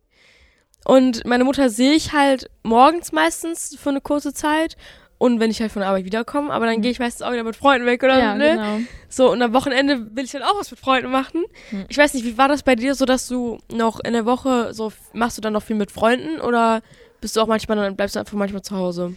Und meine Mutter sehe ich halt morgens meistens für eine kurze Zeit und wenn ich halt von der Arbeit wiederkomme, aber dann Mhm. gehe ich meistens auch wieder mit Freunden weg oder ja, ne? genau. So, und am Wochenende will ich dann auch was mit Freunden machen. Hm. Ich weiß nicht, wie war das bei dir so, dass du noch in der Woche so, machst du dann noch viel mit Freunden oder bist du auch manchmal, dann bleibst du einfach manchmal zu Hause?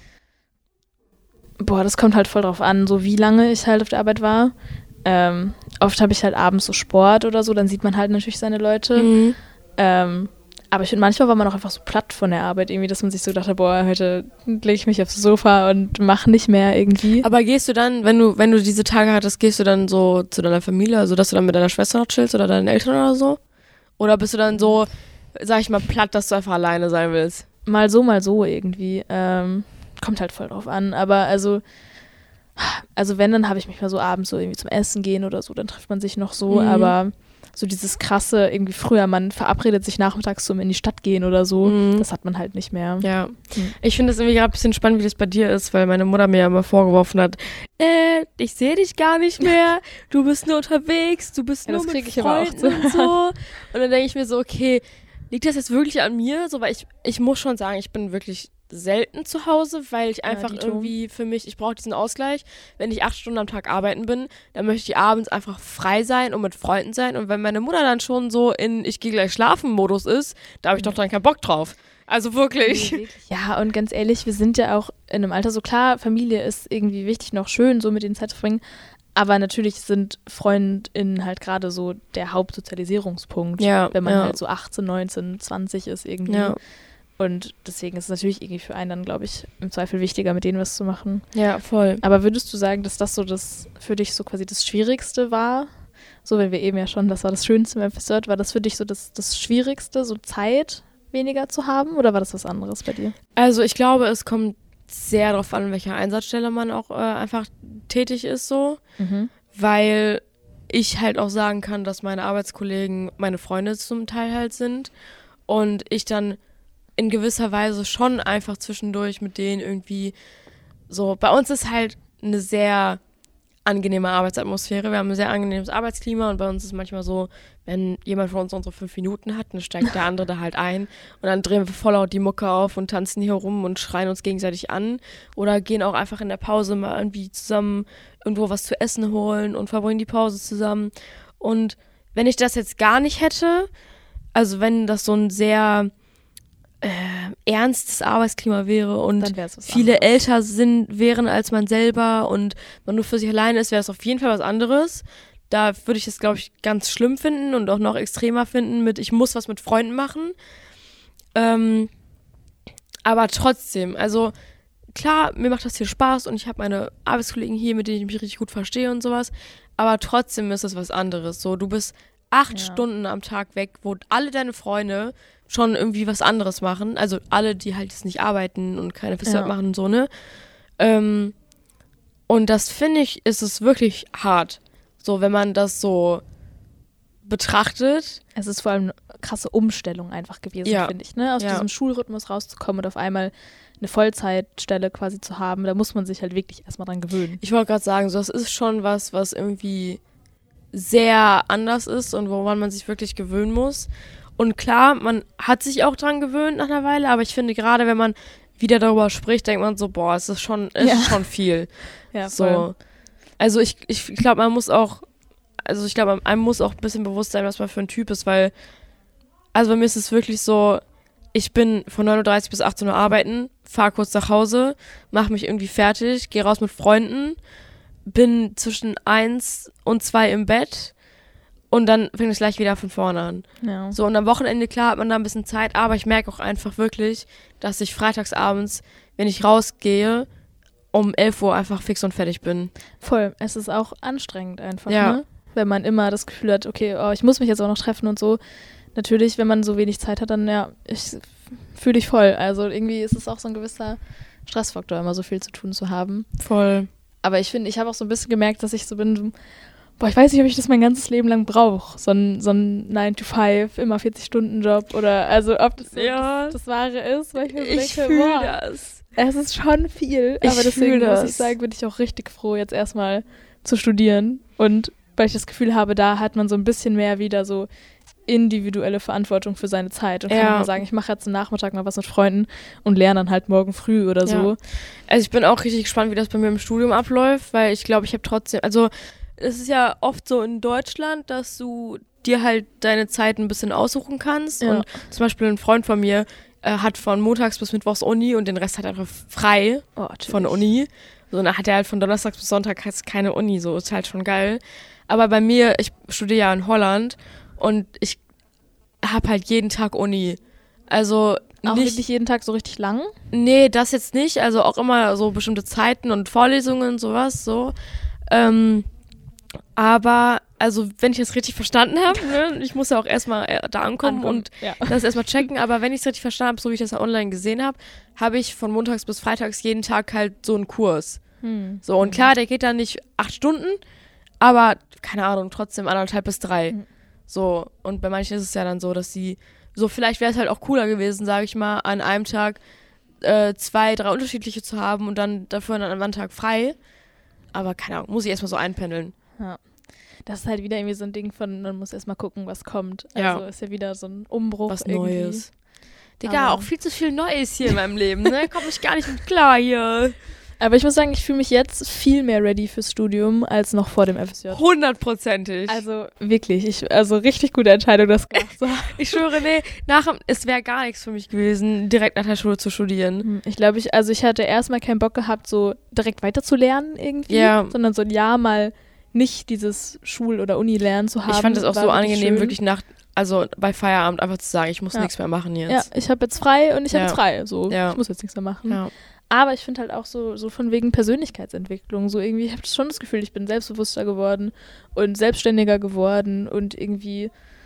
Boah, das kommt halt voll drauf an, so wie lange ich halt auf der Arbeit war. Ähm, oft habe ich halt abends so Sport oder so, dann sieht man halt natürlich seine Leute. Mhm. Ähm, aber ich finde, manchmal war man auch einfach so platt von der Arbeit irgendwie, dass man sich so dachte, boah, heute lege ich mich aufs Sofa und mache nicht mehr irgendwie. Aber gehst du dann, wenn du, wenn du diese Tage hattest, gehst du dann so zu deiner Familie, also dass du dann mit deiner Schwester noch chillst oder deinen Eltern oder so? Oder bist du dann so, sag ich mal, platt, dass du einfach alleine sein willst? Mal so, mal so irgendwie. Ähm, kommt halt voll drauf an. Aber also, also wenn, dann habe ich mich mal so abends so irgendwie zum Essen gehen oder so, dann trifft man sich noch so. Mhm. Aber so dieses krasse, irgendwie früher, man verabredet sich nachmittags zum in die Stadt gehen oder so, Mhm. das hat man halt nicht mehr. Ja. Mhm. Ich finde es irgendwie gerade ein bisschen spannend, wie das bei dir ist, weil meine Mutter mir ja immer vorgeworfen hat, äh, ich sehe dich gar nicht mehr, du bist nur unterwegs, du bist Ja, nur das mit krieg ich aber auch Freunden zu und so. Und dann denke ich mir so, okay, liegt das jetzt wirklich an mir? So, weil ich, ich muss schon sagen, ich bin wirklich selten zu Hause, weil ich einfach Dito. irgendwie für mich, ich brauche diesen Ausgleich. Wenn ich acht Stunden am Tag arbeiten bin, dann möchte ich abends einfach frei sein und mit Freunden sein. Und wenn meine Mutter dann schon so in ich gehe gleich schlafen Modus ist, da habe ich doch dann keinen Bock drauf. Also wirklich. Ja, und ganz ehrlich, wir sind ja auch in einem Alter so, klar, Familie ist irgendwie wichtig, noch schön, so mit denen Zeit zu verbringen. Aber natürlich sind FreundInnen halt gerade so der Hauptsozialisierungspunkt, Ja, wenn man ja. halt so achtzehn, neunzehn, zwanzig ist irgendwie. Ja. Und deswegen ist es natürlich irgendwie für einen dann, glaube ich, im Zweifel wichtiger, mit denen was zu machen. Ja, voll. Aber würdest du sagen, dass das so das für dich so quasi das Schwierigste war? So, wenn wir eben ja schon, das war das Schönste beim F S J, war das für dich so das, das Schwierigste, so Zeit weniger zu haben? Oder war das was anderes bei dir? Also ich glaube, es kommt sehr darauf an, welcher Einsatzstelle man auch äh, einfach tätig ist so. Mhm. Weil ich halt auch sagen kann, dass meine Arbeitskollegen meine Freunde zum Teil halt sind und ich dann in gewisser Weise schon einfach zwischendurch mit denen irgendwie so, bei uns ist halt eine sehr angenehme Arbeitsatmosphäre, wir haben ein sehr angenehmes Arbeitsklima und bei uns ist manchmal so, wenn jemand von uns unsere fünf Minuten hat, dann steigt der andere da halt ein und dann drehen wir voll laut die Mucke auf und tanzen hier rum und schreien uns gegenseitig an oder gehen auch einfach in der Pause mal irgendwie zusammen irgendwo was zu essen holen und verbringen die Pause zusammen. Und wenn ich das jetzt gar nicht hätte, also wenn das so ein sehr äh, ernstes Arbeitsklima wäre und viele anderes. älter sind, wären als man selber und man nur für sich alleine ist, wäre das auf jeden Fall was anderes. Da würde ich es, glaube ich, ganz schlimm finden und auch noch extremer finden mit, ich muss was mit Freunden machen. Ähm, aber trotzdem, also klar, mir macht das hier Spaß und ich habe meine Arbeitskollegen hier, mit denen ich mich richtig gut verstehe und sowas, aber trotzdem ist es was anderes. So, du bist acht Ja. Stunden am Tag weg, wo alle deine Freunde schon irgendwie was anderes machen, also alle, die halt jetzt nicht arbeiten und keine Festarbeit Ja. machen und so, ne? Ähm, und das finde ich, ist es wirklich hart. So, wenn man das so betrachtet. Es ist vor allem eine krasse Umstellung einfach gewesen, Ja. finde ich, ne? Aus Ja. diesem Schulrhythmus rauszukommen und auf einmal eine Vollzeitstelle quasi zu haben, da muss man sich halt wirklich erstmal dran gewöhnen. Ich wollte gerade sagen, so, das ist schon was, was irgendwie sehr anders ist und woran man sich wirklich gewöhnen muss. Und klar, man hat sich auch dran gewöhnt nach einer Weile, aber ich finde gerade, wenn man wieder darüber spricht, denkt man so, boah, es ist schon, es Ja. ist schon viel. Ja, So. Also ich, ich glaube, man muss auch, also ich glaube, einem muss auch ein bisschen bewusst sein, was man für ein Typ ist, weil, also bei mir ist es wirklich so, ich bin von neun Uhr dreißig bis achtzehn Uhr arbeiten, fahre kurz nach Hause, mache mich irgendwie fertig, gehe raus mit Freunden, bin zwischen eins und zwei im Bett und dann fängt es gleich wieder von vorne an. Ja. So, und am Wochenende, klar, hat man da ein bisschen Zeit, aber ich merke auch einfach wirklich, dass ich freitagsabends, wenn ich rausgehe, um elf Uhr einfach fix und fertig bin. Voll. Es ist auch anstrengend einfach, Ja. ne? Wenn man immer das Gefühl hat, okay, oh, ich muss mich jetzt auch noch treffen und so. Natürlich, wenn man so wenig Zeit hat, dann ja, ich fühle dich voll. Also irgendwie ist es auch so ein gewisser Stressfaktor, immer so viel zu tun zu haben. Voll. Aber ich finde, ich habe auch so ein bisschen gemerkt, dass ich so bin, so, boah, ich weiß nicht, ob ich das mein ganzes Leben lang brauche. So ein, so ein nine to five, immer vierzig-Stunden-Job oder, also ob das so Ja. das, das Wahre ist, weil ich mir so Ich denke, fühle boah, das. es ist schon viel. Ich aber deswegen fühl muss das. ich sagen, bin ich auch richtig froh, jetzt erstmal zu studieren. Und weil ich das Gefühl habe, da hat man so ein bisschen mehr wieder so individuelle Verantwortung für seine Zeit und kann Ja. auch mal sagen, ich mache jetzt einen Nachmittag mal was mit Freunden und lerne dann halt morgen früh oder so. Ja. Also ich bin auch richtig gespannt, wie das bei mir im Studium abläuft, weil ich glaube, ich habe trotzdem, also es ist ja oft so in Deutschland, dass du dir halt deine Zeit ein bisschen aussuchen kannst Ja. und zum Beispiel ein Freund von mir äh, hat von montags bis mittwochs Uni und den Rest hat er einfach frei Oh, von Uni. So, und dann hat er halt von Donnerstags bis Sonntag keine Uni, so ist halt schon geil. Aber bei mir, ich studiere ja in Holland und ich habe halt jeden Tag Uni. Also Auch nicht, wirklich jeden Tag so richtig lang? nee, das jetzt nicht. Also auch immer so bestimmte Zeiten und Vorlesungen und sowas, so. Ähm, aber, also wenn ich das richtig verstanden habe, ne, ich muss ja auch erstmal äh, da ankommen, Ankommen, und ja. das erstmal checken, aber wenn ich es richtig verstanden habe, so wie ich das ja online gesehen habe, habe ich von montags bis freitags jeden Tag halt so einen Kurs. Hm. So, und klar, der geht dann nicht acht Stunden, aber, keine Ahnung, trotzdem anderthalb bis drei. Mhm. So, und bei manchen ist es ja dann so, dass sie, so vielleicht wäre es halt auch cooler gewesen, sage ich mal, an einem Tag äh, zwei, drei unterschiedliche zu haben und dann dafür an einem anderen Tag frei. Aber keine Ahnung, muss ich erstmal so einpendeln. Ja. Das ist halt wieder irgendwie so ein Ding von, man muss erstmal gucken, was kommt. Ja. Also ist ja wieder so ein Umbruch. Was irgendwie. Neues. Digga, Aber- auch viel zu viel Neues hier in meinem Leben, ne? Komm ich gar nicht mit klar hier. Aber ich muss sagen, ich fühle mich jetzt viel mehr ready fürs Studium als noch vor dem F S J. Hundertprozentig. Also wirklich, ich, also richtig gute Entscheidung, das gemacht zu haben. Ich schwöre, nee, nach, es wäre gar nichts für mich gewesen, direkt nach der Schule zu studieren. Hm, Ich glaube, ich, also ich hatte erstmal keinen Bock gehabt, so direkt weiterzulernen irgendwie, Ja. sondern so ein Jahr mal nicht dieses Schul- oder Uni-Lernen zu haben. Ich fand es auch war so wirklich angenehm, schön. wirklich nach, also bei Feierabend einfach zu sagen, ich muss Ja. nichts mehr machen Ja, jetzt. ich habe jetzt frei und ich Ja. habe jetzt frei. So, Ja. ich muss jetzt nichts mehr machen. Ja. Aber ich finde halt auch so, so von wegen Persönlichkeitsentwicklung, so irgendwie, ich habe schon das Gefühl, ich bin selbstbewusster geworden und selbstständiger geworden und irgendwie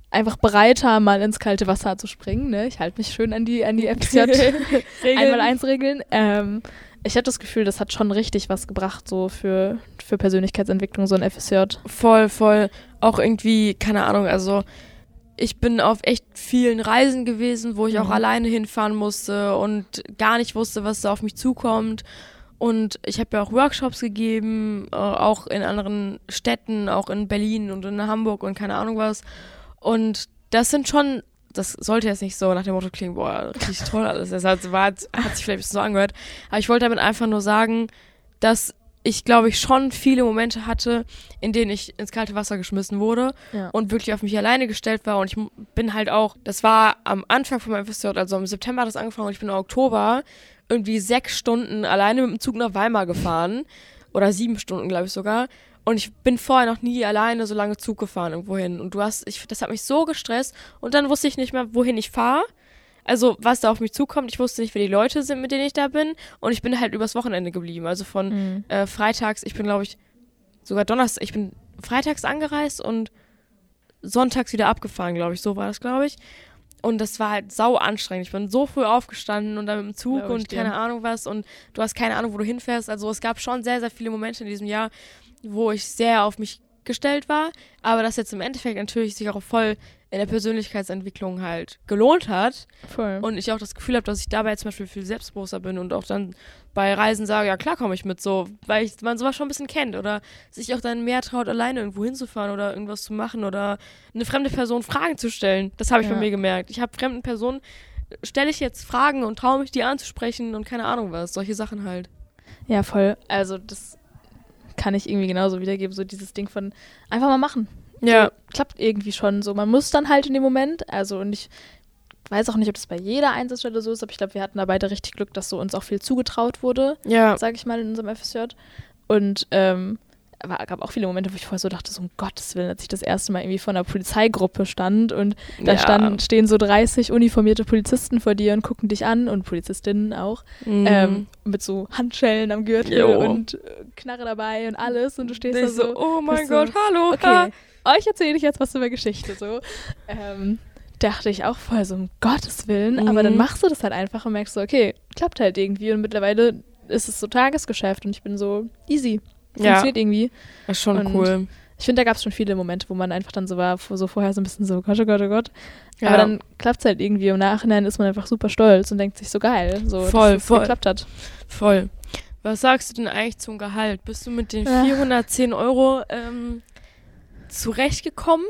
einfach bereiter, mal ins kalte Wasser zu springen. Ne? Ich halte mich schön an die, an die F S J einmal eins Regeln. Ähm, ich habe das Gefühl, das hat schon richtig was gebracht, so für, für Persönlichkeitsentwicklung, so ein F S J. Voll, voll. Auch irgendwie, keine Ahnung, also ich bin auf echt vielen Reisen gewesen, wo ich mhm. auch alleine hinfahren musste und gar nicht wusste, was da auf mich zukommt. Und ich habe ja auch Workshops gegeben, äh, auch in anderen Städten, auch in Berlin und in Hamburg und keine Ahnung was. Und das sind schon, das sollte jetzt nicht so nach dem Motto klingen, boah, richtig toll alles. Das hat, war, hat sich vielleicht ein bisschen so angehört. Aber ich wollte damit einfach nur sagen, dass ich, glaube ich, schon viele Momente hatte, in denen ich ins kalte Wasser geschmissen wurde ja. und wirklich auf mich alleine gestellt war. Und ich bin halt auch, das war am Anfang von meinem F S J, also im September hat das angefangen und ich bin im Oktober irgendwie sechs Stunden alleine mit dem Zug nach Weimar gefahren. Oder sieben Stunden, glaube ich sogar. Und ich bin vorher noch nie alleine so lange Zug gefahren irgendwo hin. Und du hast, ich, das hat mich so gestresst. Und dann wusste ich nicht mehr, wohin ich fahre. Also, was da auf mich zukommt. Ich wusste nicht, wer die Leute sind, mit denen ich da bin. Und ich bin halt übers Wochenende geblieben. Also von mhm. äh, freitags, ich bin, glaube ich, sogar Donnerstag, ich bin freitags angereist und sonntags wieder abgefahren, glaube ich. So war das, glaube ich. Und das war halt sau anstrengend. Ich bin so früh aufgestanden und dann mit dem Zug Glaube und keine Ahnung was. Und du hast keine Ahnung, wo du hinfährst. Also es gab schon sehr, sehr viele Momente in diesem Jahr, wo ich sehr auf mich gestellt war. Aber das jetzt im Endeffekt natürlich sich auch voll in der Persönlichkeitsentwicklung halt gelohnt hat. Voll. Und ich auch das Gefühl habe, dass ich dabei zum Beispiel viel selbstbewusster bin und auch dann bei Reisen sage, ja klar komme ich mit so, weil ich, man sowas schon ein bisschen kennt oder sich auch dann mehr traut, alleine irgendwo hinzufahren oder irgendwas zu machen oder eine fremde Person Fragen zu stellen. Das habe ich ja. bei mir gemerkt. Ich habe fremden Personen, stelle ich jetzt Fragen und traue mich, die anzusprechen und keine Ahnung was, solche Sachen halt. Ja, voll. Also das kann ich irgendwie genauso wiedergeben, so dieses Ding von einfach mal machen. Ja. So, klappt irgendwie schon so. Man muss dann halt in dem Moment, also und ich weiß auch nicht, ob das bei jeder Einsatzstelle so ist, aber ich glaube, wir hatten da beide richtig Glück, dass so uns auch viel zugetraut wurde, ja. sage ich mal, in unserem F S J. Und ähm, aber gab auch viele Momente, wo ich vorher so dachte, so um Gottes Willen, als ich das erste Mal irgendwie vor einer Polizeigruppe stand und da ja. standen, stehen so dreißig uniformierte Polizisten vor dir und gucken dich an und Polizistinnen auch, mhm. ähm, mit so Handschellen am Gürtel jo. und äh, Knarre dabei und alles und du stehst ich da so, so, oh mein Gott, so, hallo, okay, euch erzähle ich jetzt was über Geschichte, so. Ähm, dachte ich auch vorher so, um Gottes Willen, mhm. aber dann machst du das halt einfach und merkst so, okay, klappt halt irgendwie und mittlerweile ist es so Tagesgeschäft und ich bin so easy. Funktioniert ja. irgendwie. Das ist schon und cool. Ich finde, da gab es schon viele Momente, wo man einfach dann so war, so vorher so ein bisschen so, Gott, oh Gott, oh Gott. Ja. Aber dann klappt es halt irgendwie. Im Nachhinein ist man einfach super stolz und denkt sich so geil, so, voll, dass es voll. geklappt hat. Voll. Was sagst du denn eigentlich zum Gehalt? Bist du mit den vierhundertzehn Euro ähm, zurechtgekommen?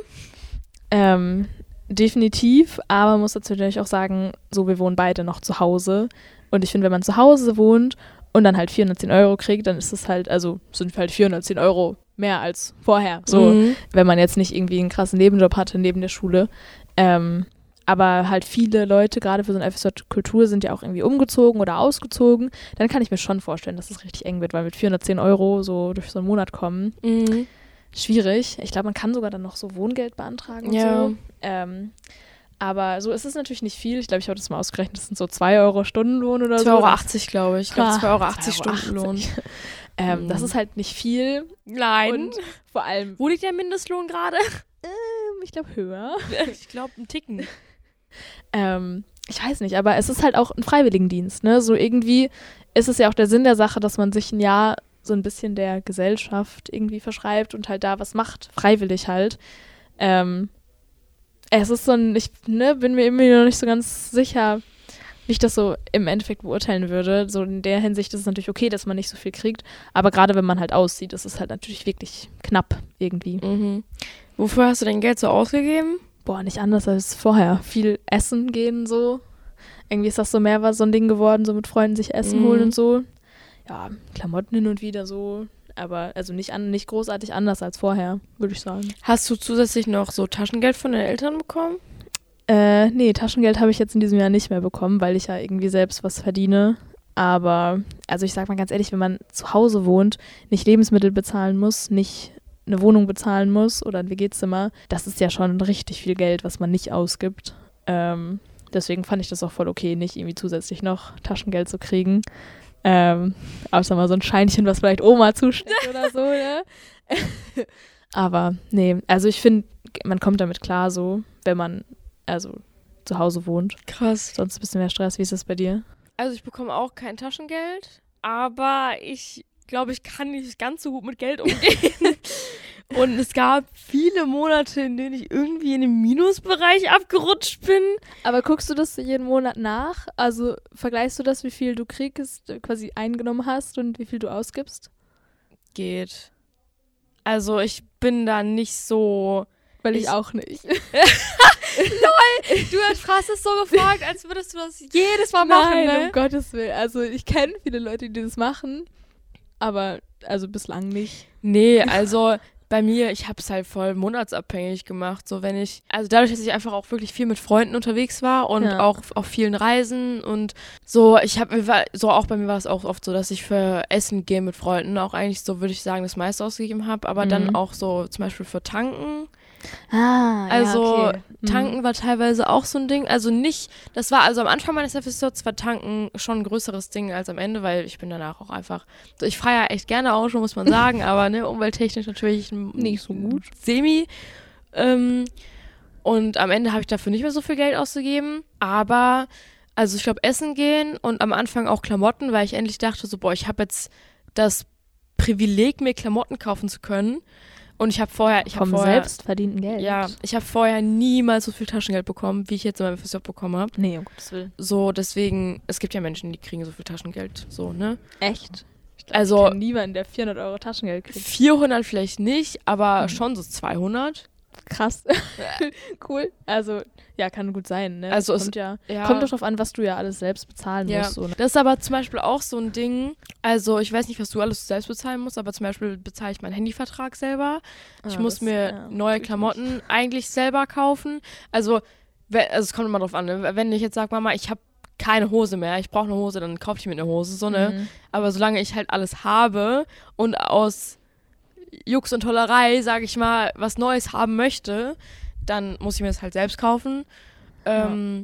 Ähm, definitiv, aber man muss dazu natürlich auch sagen, so, wir wohnen beide noch zu Hause. Und ich finde, wenn man zu Hause wohnt und dann halt vierhundertzehn Euro kriegt, dann ist es halt, also sind halt vierhundertzehn Euro mehr als vorher. So, mhm. wenn man jetzt nicht irgendwie einen krassen Nebenjob hatte neben der Schule. Ähm, aber halt viele Leute, gerade für so ein F S J Kultur, sind ja auch irgendwie umgezogen oder ausgezogen. Dann kann ich mir schon vorstellen, dass es richtig eng wird, weil mit vierhundertzehn Euro so durch so einen Monat kommen, mhm. schwierig. Ich glaube, man kann sogar dann noch so Wohngeld beantragen und ja. so. Ähm, aber so ist es natürlich nicht viel. Ich glaube, ich habe das mal ausgerechnet, das sind so zwei Euro Stundenlohn oder so. zwei Euro achtzig, glaube ich. Ich glaube, ah, zwei Euro achtzig Stundenlohn. ähm, mhm. Das ist halt nicht viel. Nein. Und vor allem... Wo liegt der Mindestlohn gerade? Ähm, ich glaube, höher. Ich glaube, ein Ticken. ähm, ich weiß nicht, aber es ist halt auch ein Freiwilligendienst, ne? So irgendwie ist es ja auch der Sinn der Sache, dass man sich ein Jahr so ein bisschen der Gesellschaft irgendwie verschreibt und halt da was macht. Freiwillig halt. Ähm... Es ist so ein, ich ne, bin mir irgendwie noch nicht so ganz sicher, wie ich das so im Endeffekt beurteilen würde. So in der Hinsicht ist es natürlich okay, dass man nicht so viel kriegt. Aber gerade wenn man halt aussieht, ist es halt natürlich wirklich knapp irgendwie. Mhm. Wofür hast du dein Geld so ausgegeben? Boah, nicht anders als vorher. Viel essen gehen so. Irgendwie ist das so mehr was so ein Ding geworden, so mit Freunden sich Essen mhm. holen und so. Ja, Klamotten hin und wieder so. Aber also nicht, an, nicht großartig anders als vorher, würde ich sagen. Hast du zusätzlich noch so Taschengeld von den Eltern bekommen? Äh, nee, Taschengeld habe ich jetzt in diesem Jahr nicht mehr bekommen, weil ich ja irgendwie selbst was verdiene. Aber, also ich sag mal ganz ehrlich, wenn man zu Hause wohnt, nicht Lebensmittel bezahlen muss, nicht eine Wohnung bezahlen muss oder ein W G-Zimmer, das ist ja schon richtig viel Geld, was man nicht ausgibt. Ähm, deswegen fand ich das auch voll okay, nicht irgendwie zusätzlich noch Taschengeld zu kriegen. Ähm, außer mal so ein Scheinchen, was vielleicht Oma zusteckt oder so, ne? Aber nee, also ich finde, man kommt damit klar so, wenn man also zu Hause wohnt. Krass. Sonst ein bisschen mehr Stress. Wie ist das bei dir? Also ich bekomme auch kein Taschengeld, aber ich glaube, ich kann nicht ganz so gut mit Geld umgehen. Und es gab viele Monate, in denen ich irgendwie in den Minusbereich abgerutscht bin. Aber guckst du das jeden Monat nach? Also vergleichst du das, wie viel du kriegst, quasi eingenommen hast und wie viel du ausgibst? Geht. Also ich bin da nicht so... Weil ich, ich auch nicht. Lol, du hast es so gefragt, als würdest du das jedes Mal machen, Nein, ne? um Gottes Willen. Also ich kenne viele Leute, die das machen, aber also bislang nicht. Nee, also bei mir, ich habe es halt voll monatsabhängig gemacht. So wenn ich, also dadurch, dass ich einfach auch wirklich viel mit Freunden unterwegs war und Ja. auch auf vielen Reisen und so, ich habe, so auch bei mir war es auch oft so, dass ich für Essen gehe mit Freunden auch eigentlich so, würde ich sagen, das meiste ausgegeben habe, aber Mhm. dann auch so zum Beispiel für Tanken. Ah, Also ja, okay. Tanken war teilweise auch so ein Ding. Also nicht, das war also am Anfang meines F S Js war Tanken schon ein größeres Ding als am Ende, weil ich bin danach auch einfach, so ich fahre ja echt gerne Auto, muss man sagen, aber ne, umwelttechnisch natürlich n- Nicht so gut. Semi. Ähm, und am Ende habe ich dafür nicht mehr so viel Geld ausgegeben, aber also ich glaube Essen gehen und am Anfang auch Klamotten, weil ich endlich dachte so, boah, ich habe jetzt das Privileg, mir Klamotten kaufen zu können. Und ich habe vorher, ich habe Vom vorher, selbst verdienten Geld. ja, ich habe vorher niemals so viel Taschengeld bekommen, wie ich jetzt in meinem F S J bekommen habe. Nee, um Gottes Willen. So, deswegen, es gibt ja Menschen, die kriegen so viel Taschengeld, so, ne? Echt? Ich Also, kenne niemanden, der vierhundert Euro Taschengeld kriegt. vierhundert vielleicht nicht, aber Hm. schon so zweihundert. Krass. Cool. Also, ja, kann gut sein, ne? Also es- kommt ja, Ja. kommt doch drauf an, was du ja alles selbst bezahlen Ja, musst. So, ne? das ist aber zum Beispiel auch so ein Ding, also ich weiß nicht, was du alles selbst bezahlen musst, aber zum Beispiel bezahle ich meinen Handyvertrag selber. Ich Ah, muss das- mir ja, neue natürlich. Klamotten eigentlich selber kaufen. Also, we- also es kommt immer drauf an, ne? Wenn ich jetzt sage, Mama, ich habe keine Hose mehr, ich brauche eine Hose, dann kaufe ich mir eine Hose, so, ne? Mhm. Aber solange ich halt alles habe und aus Jux und Tollerei, sage ich mal, was Neues haben möchte, dann muss ich mir das halt selbst kaufen. Ähm,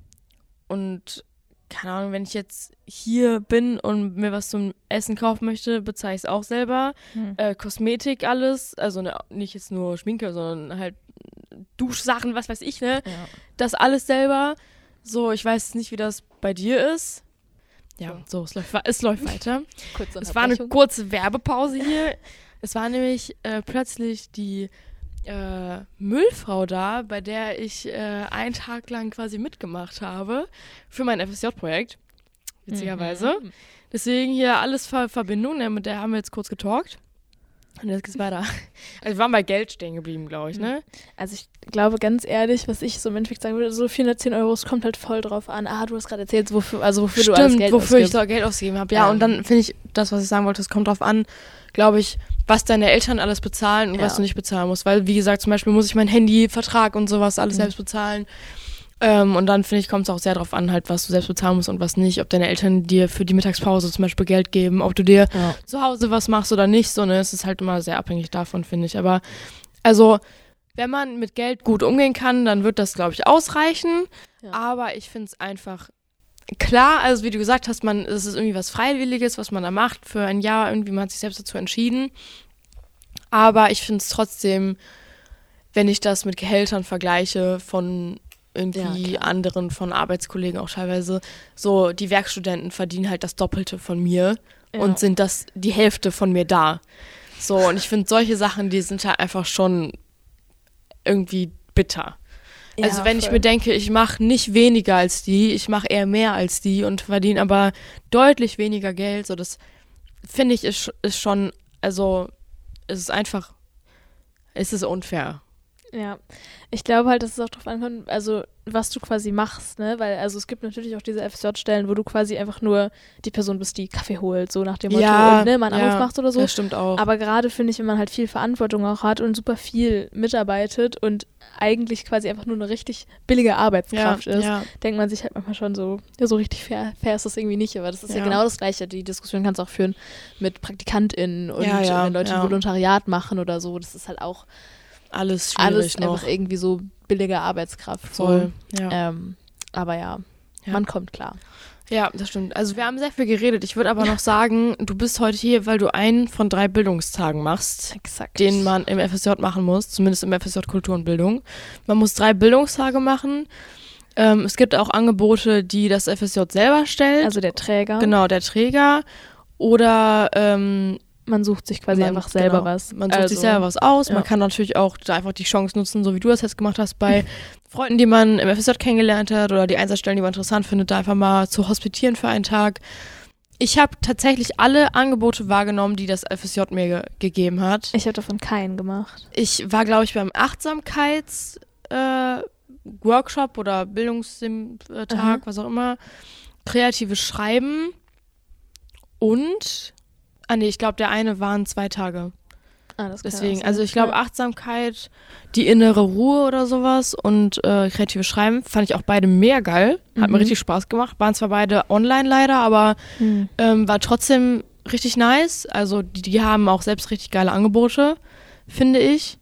Und keine Ahnung, wenn ich jetzt hier bin und mir was zum Essen kaufen möchte, bezahle ich es auch selber. Mhm. Äh, Kosmetik, alles, also ne, nicht jetzt nur Schminke, sondern halt Duschsachen, was weiß ich, ne? Ja. Das alles selber. So, ich weiß nicht, wie das bei dir ist. Ja, so, es läuft, es läuft weiter. Kurze Es war eine Unterbrechung. kurze Werbepause hier. Es war nämlich äh, plötzlich die äh, Müllfrau da, bei der ich äh, einen Tag lang quasi mitgemacht habe für mein F S J-Projekt. Witzigerweise. Mhm. Deswegen hier alles Ver Verbindung. Ne, mit der haben wir jetzt kurz getalkt. Und jetzt geht's weiter. Also wir waren bei Geld stehen geblieben, glaube ich, ne? Also ich glaube ganz ehrlich, was ich so im Endeffekt sagen würde, so vierhundertzehn Euro, es kommt halt voll drauf an. Ah, du hast gerade erzählt, wofür, also wofür Stimmt, du alles Geld wofür ich ausgibst. da Geld ausgegeben habe. Ja, Ähm. und dann finde ich, das, was ich sagen wollte, es kommt drauf an, glaube ich, was deine Eltern alles bezahlen und Ja. was du nicht bezahlen musst. Weil, wie gesagt, zum Beispiel muss ich meinen Handyvertrag und sowas alles Mhm. selbst bezahlen. Ähm, und dann, finde ich, kommt es auch sehr drauf an, halt, was du selbst bezahlen musst und was nicht. Ob deine Eltern dir für die Mittagspause zum Beispiel Geld geben, ob du dir Ja. zu Hause was machst oder nicht. So, ne? Es ist halt immer sehr abhängig davon, finde ich. Aber, also, wenn man mit Geld gut umgehen kann, dann wird das, glaube ich, ausreichen. Ja. Aber ich finde es einfach klar, also wie du gesagt hast, man, es ist irgendwie was Freiwilliges, was man da macht für ein Jahr. Irgendwie, man hat sich selbst dazu entschieden. Aber ich finde es trotzdem, wenn ich das mit Gehältern vergleiche von irgendwie Ja, klar. anderen, von Arbeitskollegen auch teilweise, so die Werkstudenten verdienen halt das Doppelte von mir Ja. und sind das die Hälfte von mir da. So, und ich finde solche Sachen, die sind halt einfach schon irgendwie bitter. Ja, Also wenn ich voll. mir denke, ich mache nicht weniger als die, ich mache eher mehr als die und verdiene aber deutlich weniger Geld, so das finde ich ist, ist schon, also es ist einfach, es ist unfair. Ja, ich glaube halt, dass es auch drauf ankommt, also was du quasi machst, ne, weil also es gibt natürlich auch diese F S J-Stellen, wo du quasi einfach nur die Person bist, die Kaffee holt, so nach dem Motto, und, ne, mal einen Anruf macht oder so. Das stimmt auch. Aber gerade finde ich, wenn man halt viel Verantwortung auch hat und super viel mitarbeitet und eigentlich quasi einfach nur eine richtig billige Arbeitskraft ist, ja. denkt man sich halt manchmal schon so, ja, so richtig fair, fair ist das irgendwie nicht, aber das ist ja, Ja. genau das Gleiche. Die Diskussion kannst du auch führen mit PraktikantInnen und Ja, ja, wenn Leute ja. Volontariat machen oder so, das ist halt auch Alles schwierig alles noch. einfach irgendwie so billige Arbeitskraft. Voll, So. ja. Ähm, aber ja, Ja. man kommt klar. Ja, das stimmt. Also wir haben sehr viel geredet. Ich würde aber noch sagen, du bist heute hier, weil du einen von drei Bildungstagen machst, Exakt. den man im F S J machen muss, zumindest im F S J Kultur und Bildung. Man muss drei Bildungstage machen. Ähm, es gibt auch Angebote, die das F S J selber stellt. Also der Träger. Genau, der Träger. Oder ähm, man sucht sich quasi man, einfach selber genau, was. Man sucht also, sich selber was aus. Ja. Man kann natürlich auch da einfach die Chance nutzen, so wie du das jetzt gemacht hast, bei Freunden, die man im F S J kennengelernt hat oder die Einsatzstellen, die man interessant findet, da einfach mal zu hospitieren für einen Tag. Ich habe tatsächlich alle Angebote wahrgenommen, die das F S J mir ge- gegeben hat. Ich habe davon keinen gemacht. Ich war, glaube ich, beim Achtsamkeits äh, Workshop oder Bildungstag, Aha. was auch immer. Kreatives Schreiben und ah nee, ich glaube, der eine waren zwei Tage. Ah, das kann Deswegen, auch sein. also ich glaube, Ja. Achtsamkeit, die innere Ruhe oder sowas und äh, kreatives Schreiben fand ich auch beide mega geil. Hat Mhm. mir richtig Spaß gemacht. Waren zwar beide online leider, aber Hm. ähm, war trotzdem richtig nice. Also die, die haben auch selbst richtig geile Angebote, finde ich.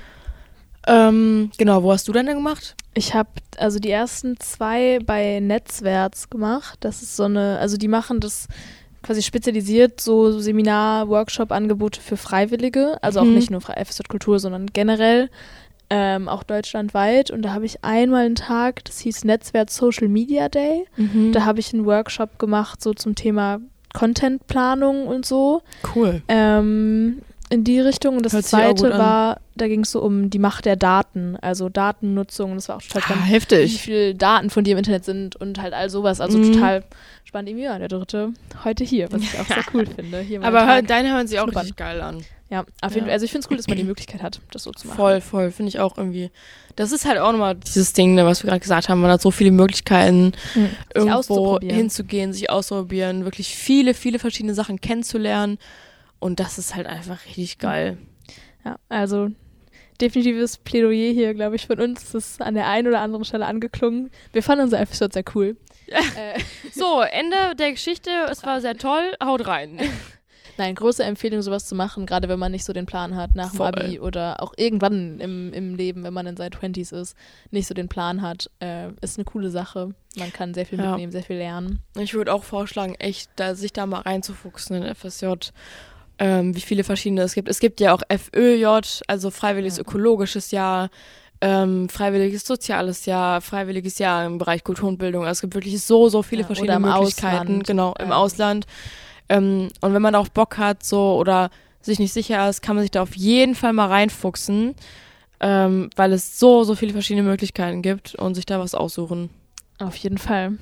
Ähm, genau, wo hast du denn denn gemacht? Ich habe also die ersten zwei bei Netzwerts gemacht. Das ist so eine, also die machen das quasi spezialisiert, so Seminar-, Workshop-Angebote für Freiwillige. Also auch Mhm. nicht nur F S J Kultur, sondern generell ähm, auch deutschlandweit. Und da habe ich einmal einen Tag, das hieß Netzwert Social Media Day. Mhm. Da habe ich einen Workshop gemacht, so zum Thema Contentplanung und so. Cool. Ähm, in die Richtung. Und das Hört sich auch gut zweite an. war, da ging es so um die Macht der Daten, also Datennutzung. Das war auch total Ah, spannend, wie heftig. viele Daten von dir im Internet sind und halt all sowas. Also Mhm. total spannend. Irgendwie, ja, der dritte heute hier, was ich auch sehr cool finde. Hier mal Aber einen hör, Tag. deine hören sich auch schnuppern. richtig geil an. Ja, auf jeden Ja. Fall. Also ich finde es cool, dass man die Möglichkeit hat, das so zu machen. Voll, voll, finde ich auch irgendwie. Das ist halt auch nochmal dieses Ding, ne, was wir gerade gesagt haben. Man hat so viele Möglichkeiten, Mhm. Sich irgendwo auszuprobieren. hinzugehen, sich auszuprobieren, wirklich viele, viele verschiedene Sachen kennenzulernen. Und das ist halt einfach richtig geil. Ja, also definitives Plädoyer hier, glaube ich, von uns. Das ist an der einen oder anderen Stelle angeklungen. Wir fanden unser Episode sehr cool. äh, So, Ende der Geschichte. Es war sehr toll. Haut rein. Nein, große Empfehlung, sowas zu machen, gerade wenn man nicht so den Plan hat nach dem Voll. Abi oder auch irgendwann im, im Leben, wenn man in seinen Twenties ist, nicht so den Plan hat, äh, ist eine coole Sache. Man kann sehr viel Ja. mitnehmen, sehr viel lernen. Ich würde auch vorschlagen, echt, da, sich da mal reinzufuchsen in F S J. Ähm, wie viele verschiedene es gibt. Es gibt ja auch F Ö J, also freiwilliges Ja. ökologisches Jahr, ähm, freiwilliges soziales Jahr, freiwilliges Jahr im Bereich Kultur und Bildung. Also es gibt wirklich so, so viele Ja, verschiedene oder im Möglichkeiten. Ausland. Genau, im Ähm. Ausland. Ähm, und wenn man darauf Bock hat, so oder sich nicht sicher ist, kann man sich da auf jeden Fall mal reinfuchsen, ähm, weil es so, so viele verschiedene Möglichkeiten gibt und sich da was aussuchen. Auf jeden Fall.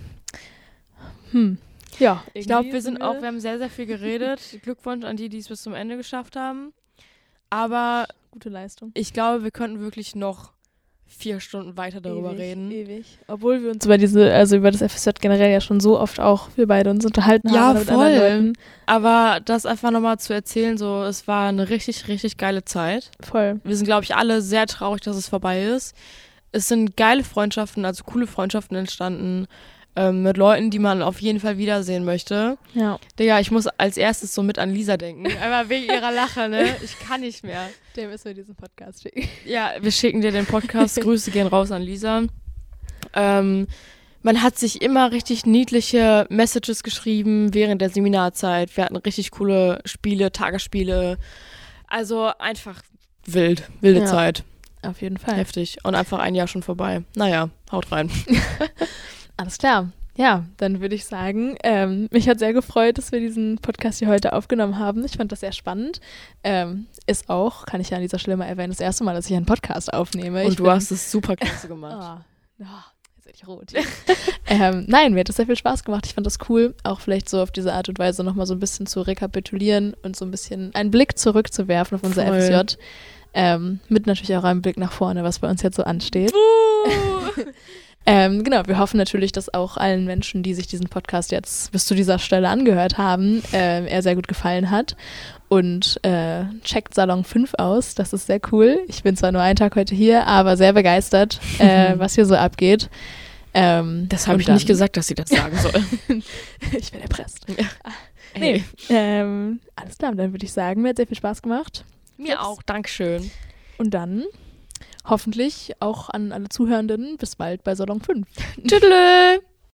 Hm. Ja, Ich glaube, wir sind auch, wir haben sehr, sehr viel geredet. Glückwunsch an die, die es bis zum Ende geschafft haben. Aber gute Leistung. ich glaube, wir könnten wirklich noch vier Stunden weiter darüber ewig, reden. Ewig. Obwohl wir uns über diese, also über das F S J generell ja schon so oft auch, wir beide uns unterhalten Ja, haben mit anderen voll. Leuten. Aber das einfach nochmal zu erzählen, so, es war eine richtig, richtig geile Zeit. Voll. Wir sind, glaube ich, alle sehr traurig, dass es vorbei ist. Es sind geile Freundschaften, also coole Freundschaften entstanden. Ähm, mit Leuten, die man auf jeden Fall wiedersehen möchte. Ja. Digga, ich muss als erstes so mit an Lisa denken. Einfach wegen ihrer Lache, ne? Ich kann nicht mehr. Der müssen wir diesen Podcast schicken. Ja, wir schicken dir den Podcast. Grüße gehen raus an Lisa. Ähm, man hat sich immer richtig niedliche Messages geschrieben während der Seminarzeit. Wir hatten richtig coole Spiele, Tagesspiele. Also einfach wild, wilde Ja. Zeit. Auf jeden Fall. Heftig. Und einfach ein Jahr schon vorbei. Naja, haut rein. Alles klar. Ja, dann würde ich sagen, ähm, mich hat sehr gefreut, dass wir diesen Podcast hier heute aufgenommen haben. Ich fand das sehr spannend. Ähm, ist auch, kann ich ja an dieser Stelle mal erwähnen, das erste Mal, dass ich einen Podcast aufnehme. Und ich du bin, hast es super klasse gemacht. Ah, ah, jetzt werde ich rot. ähm, nein, mir hat das sehr viel Spaß gemacht. Ich fand das cool, auch vielleicht so auf diese Art und Weise nochmal so ein bisschen zu rekapitulieren und so ein bisschen einen Blick zurückzuwerfen auf unser Voll. F S J. Ähm, mit natürlich auch einem Blick nach vorne, was bei uns jetzt so ansteht. Uh. Ähm, genau, wir hoffen natürlich, dass auch allen Menschen, die sich diesen Podcast jetzt bis zu dieser Stelle angehört haben, ähm, er sehr gut gefallen hat. Und äh, checkt Salon fünf aus, das ist sehr cool. Ich bin zwar nur einen Tag heute hier, aber sehr begeistert, äh, was hier so abgeht. Ähm, Das habe und ich dann- nicht gesagt, dass sie das sagen soll. Ich bin erpresst. Ja. Nee, ähm, alles klar, dann würde ich sagen, mir hat sehr viel Spaß gemacht. Mir auch, Dankeschön. Und dann hoffentlich auch an alle Zuhörenden bis bald bei Salon fünf. Tschüss.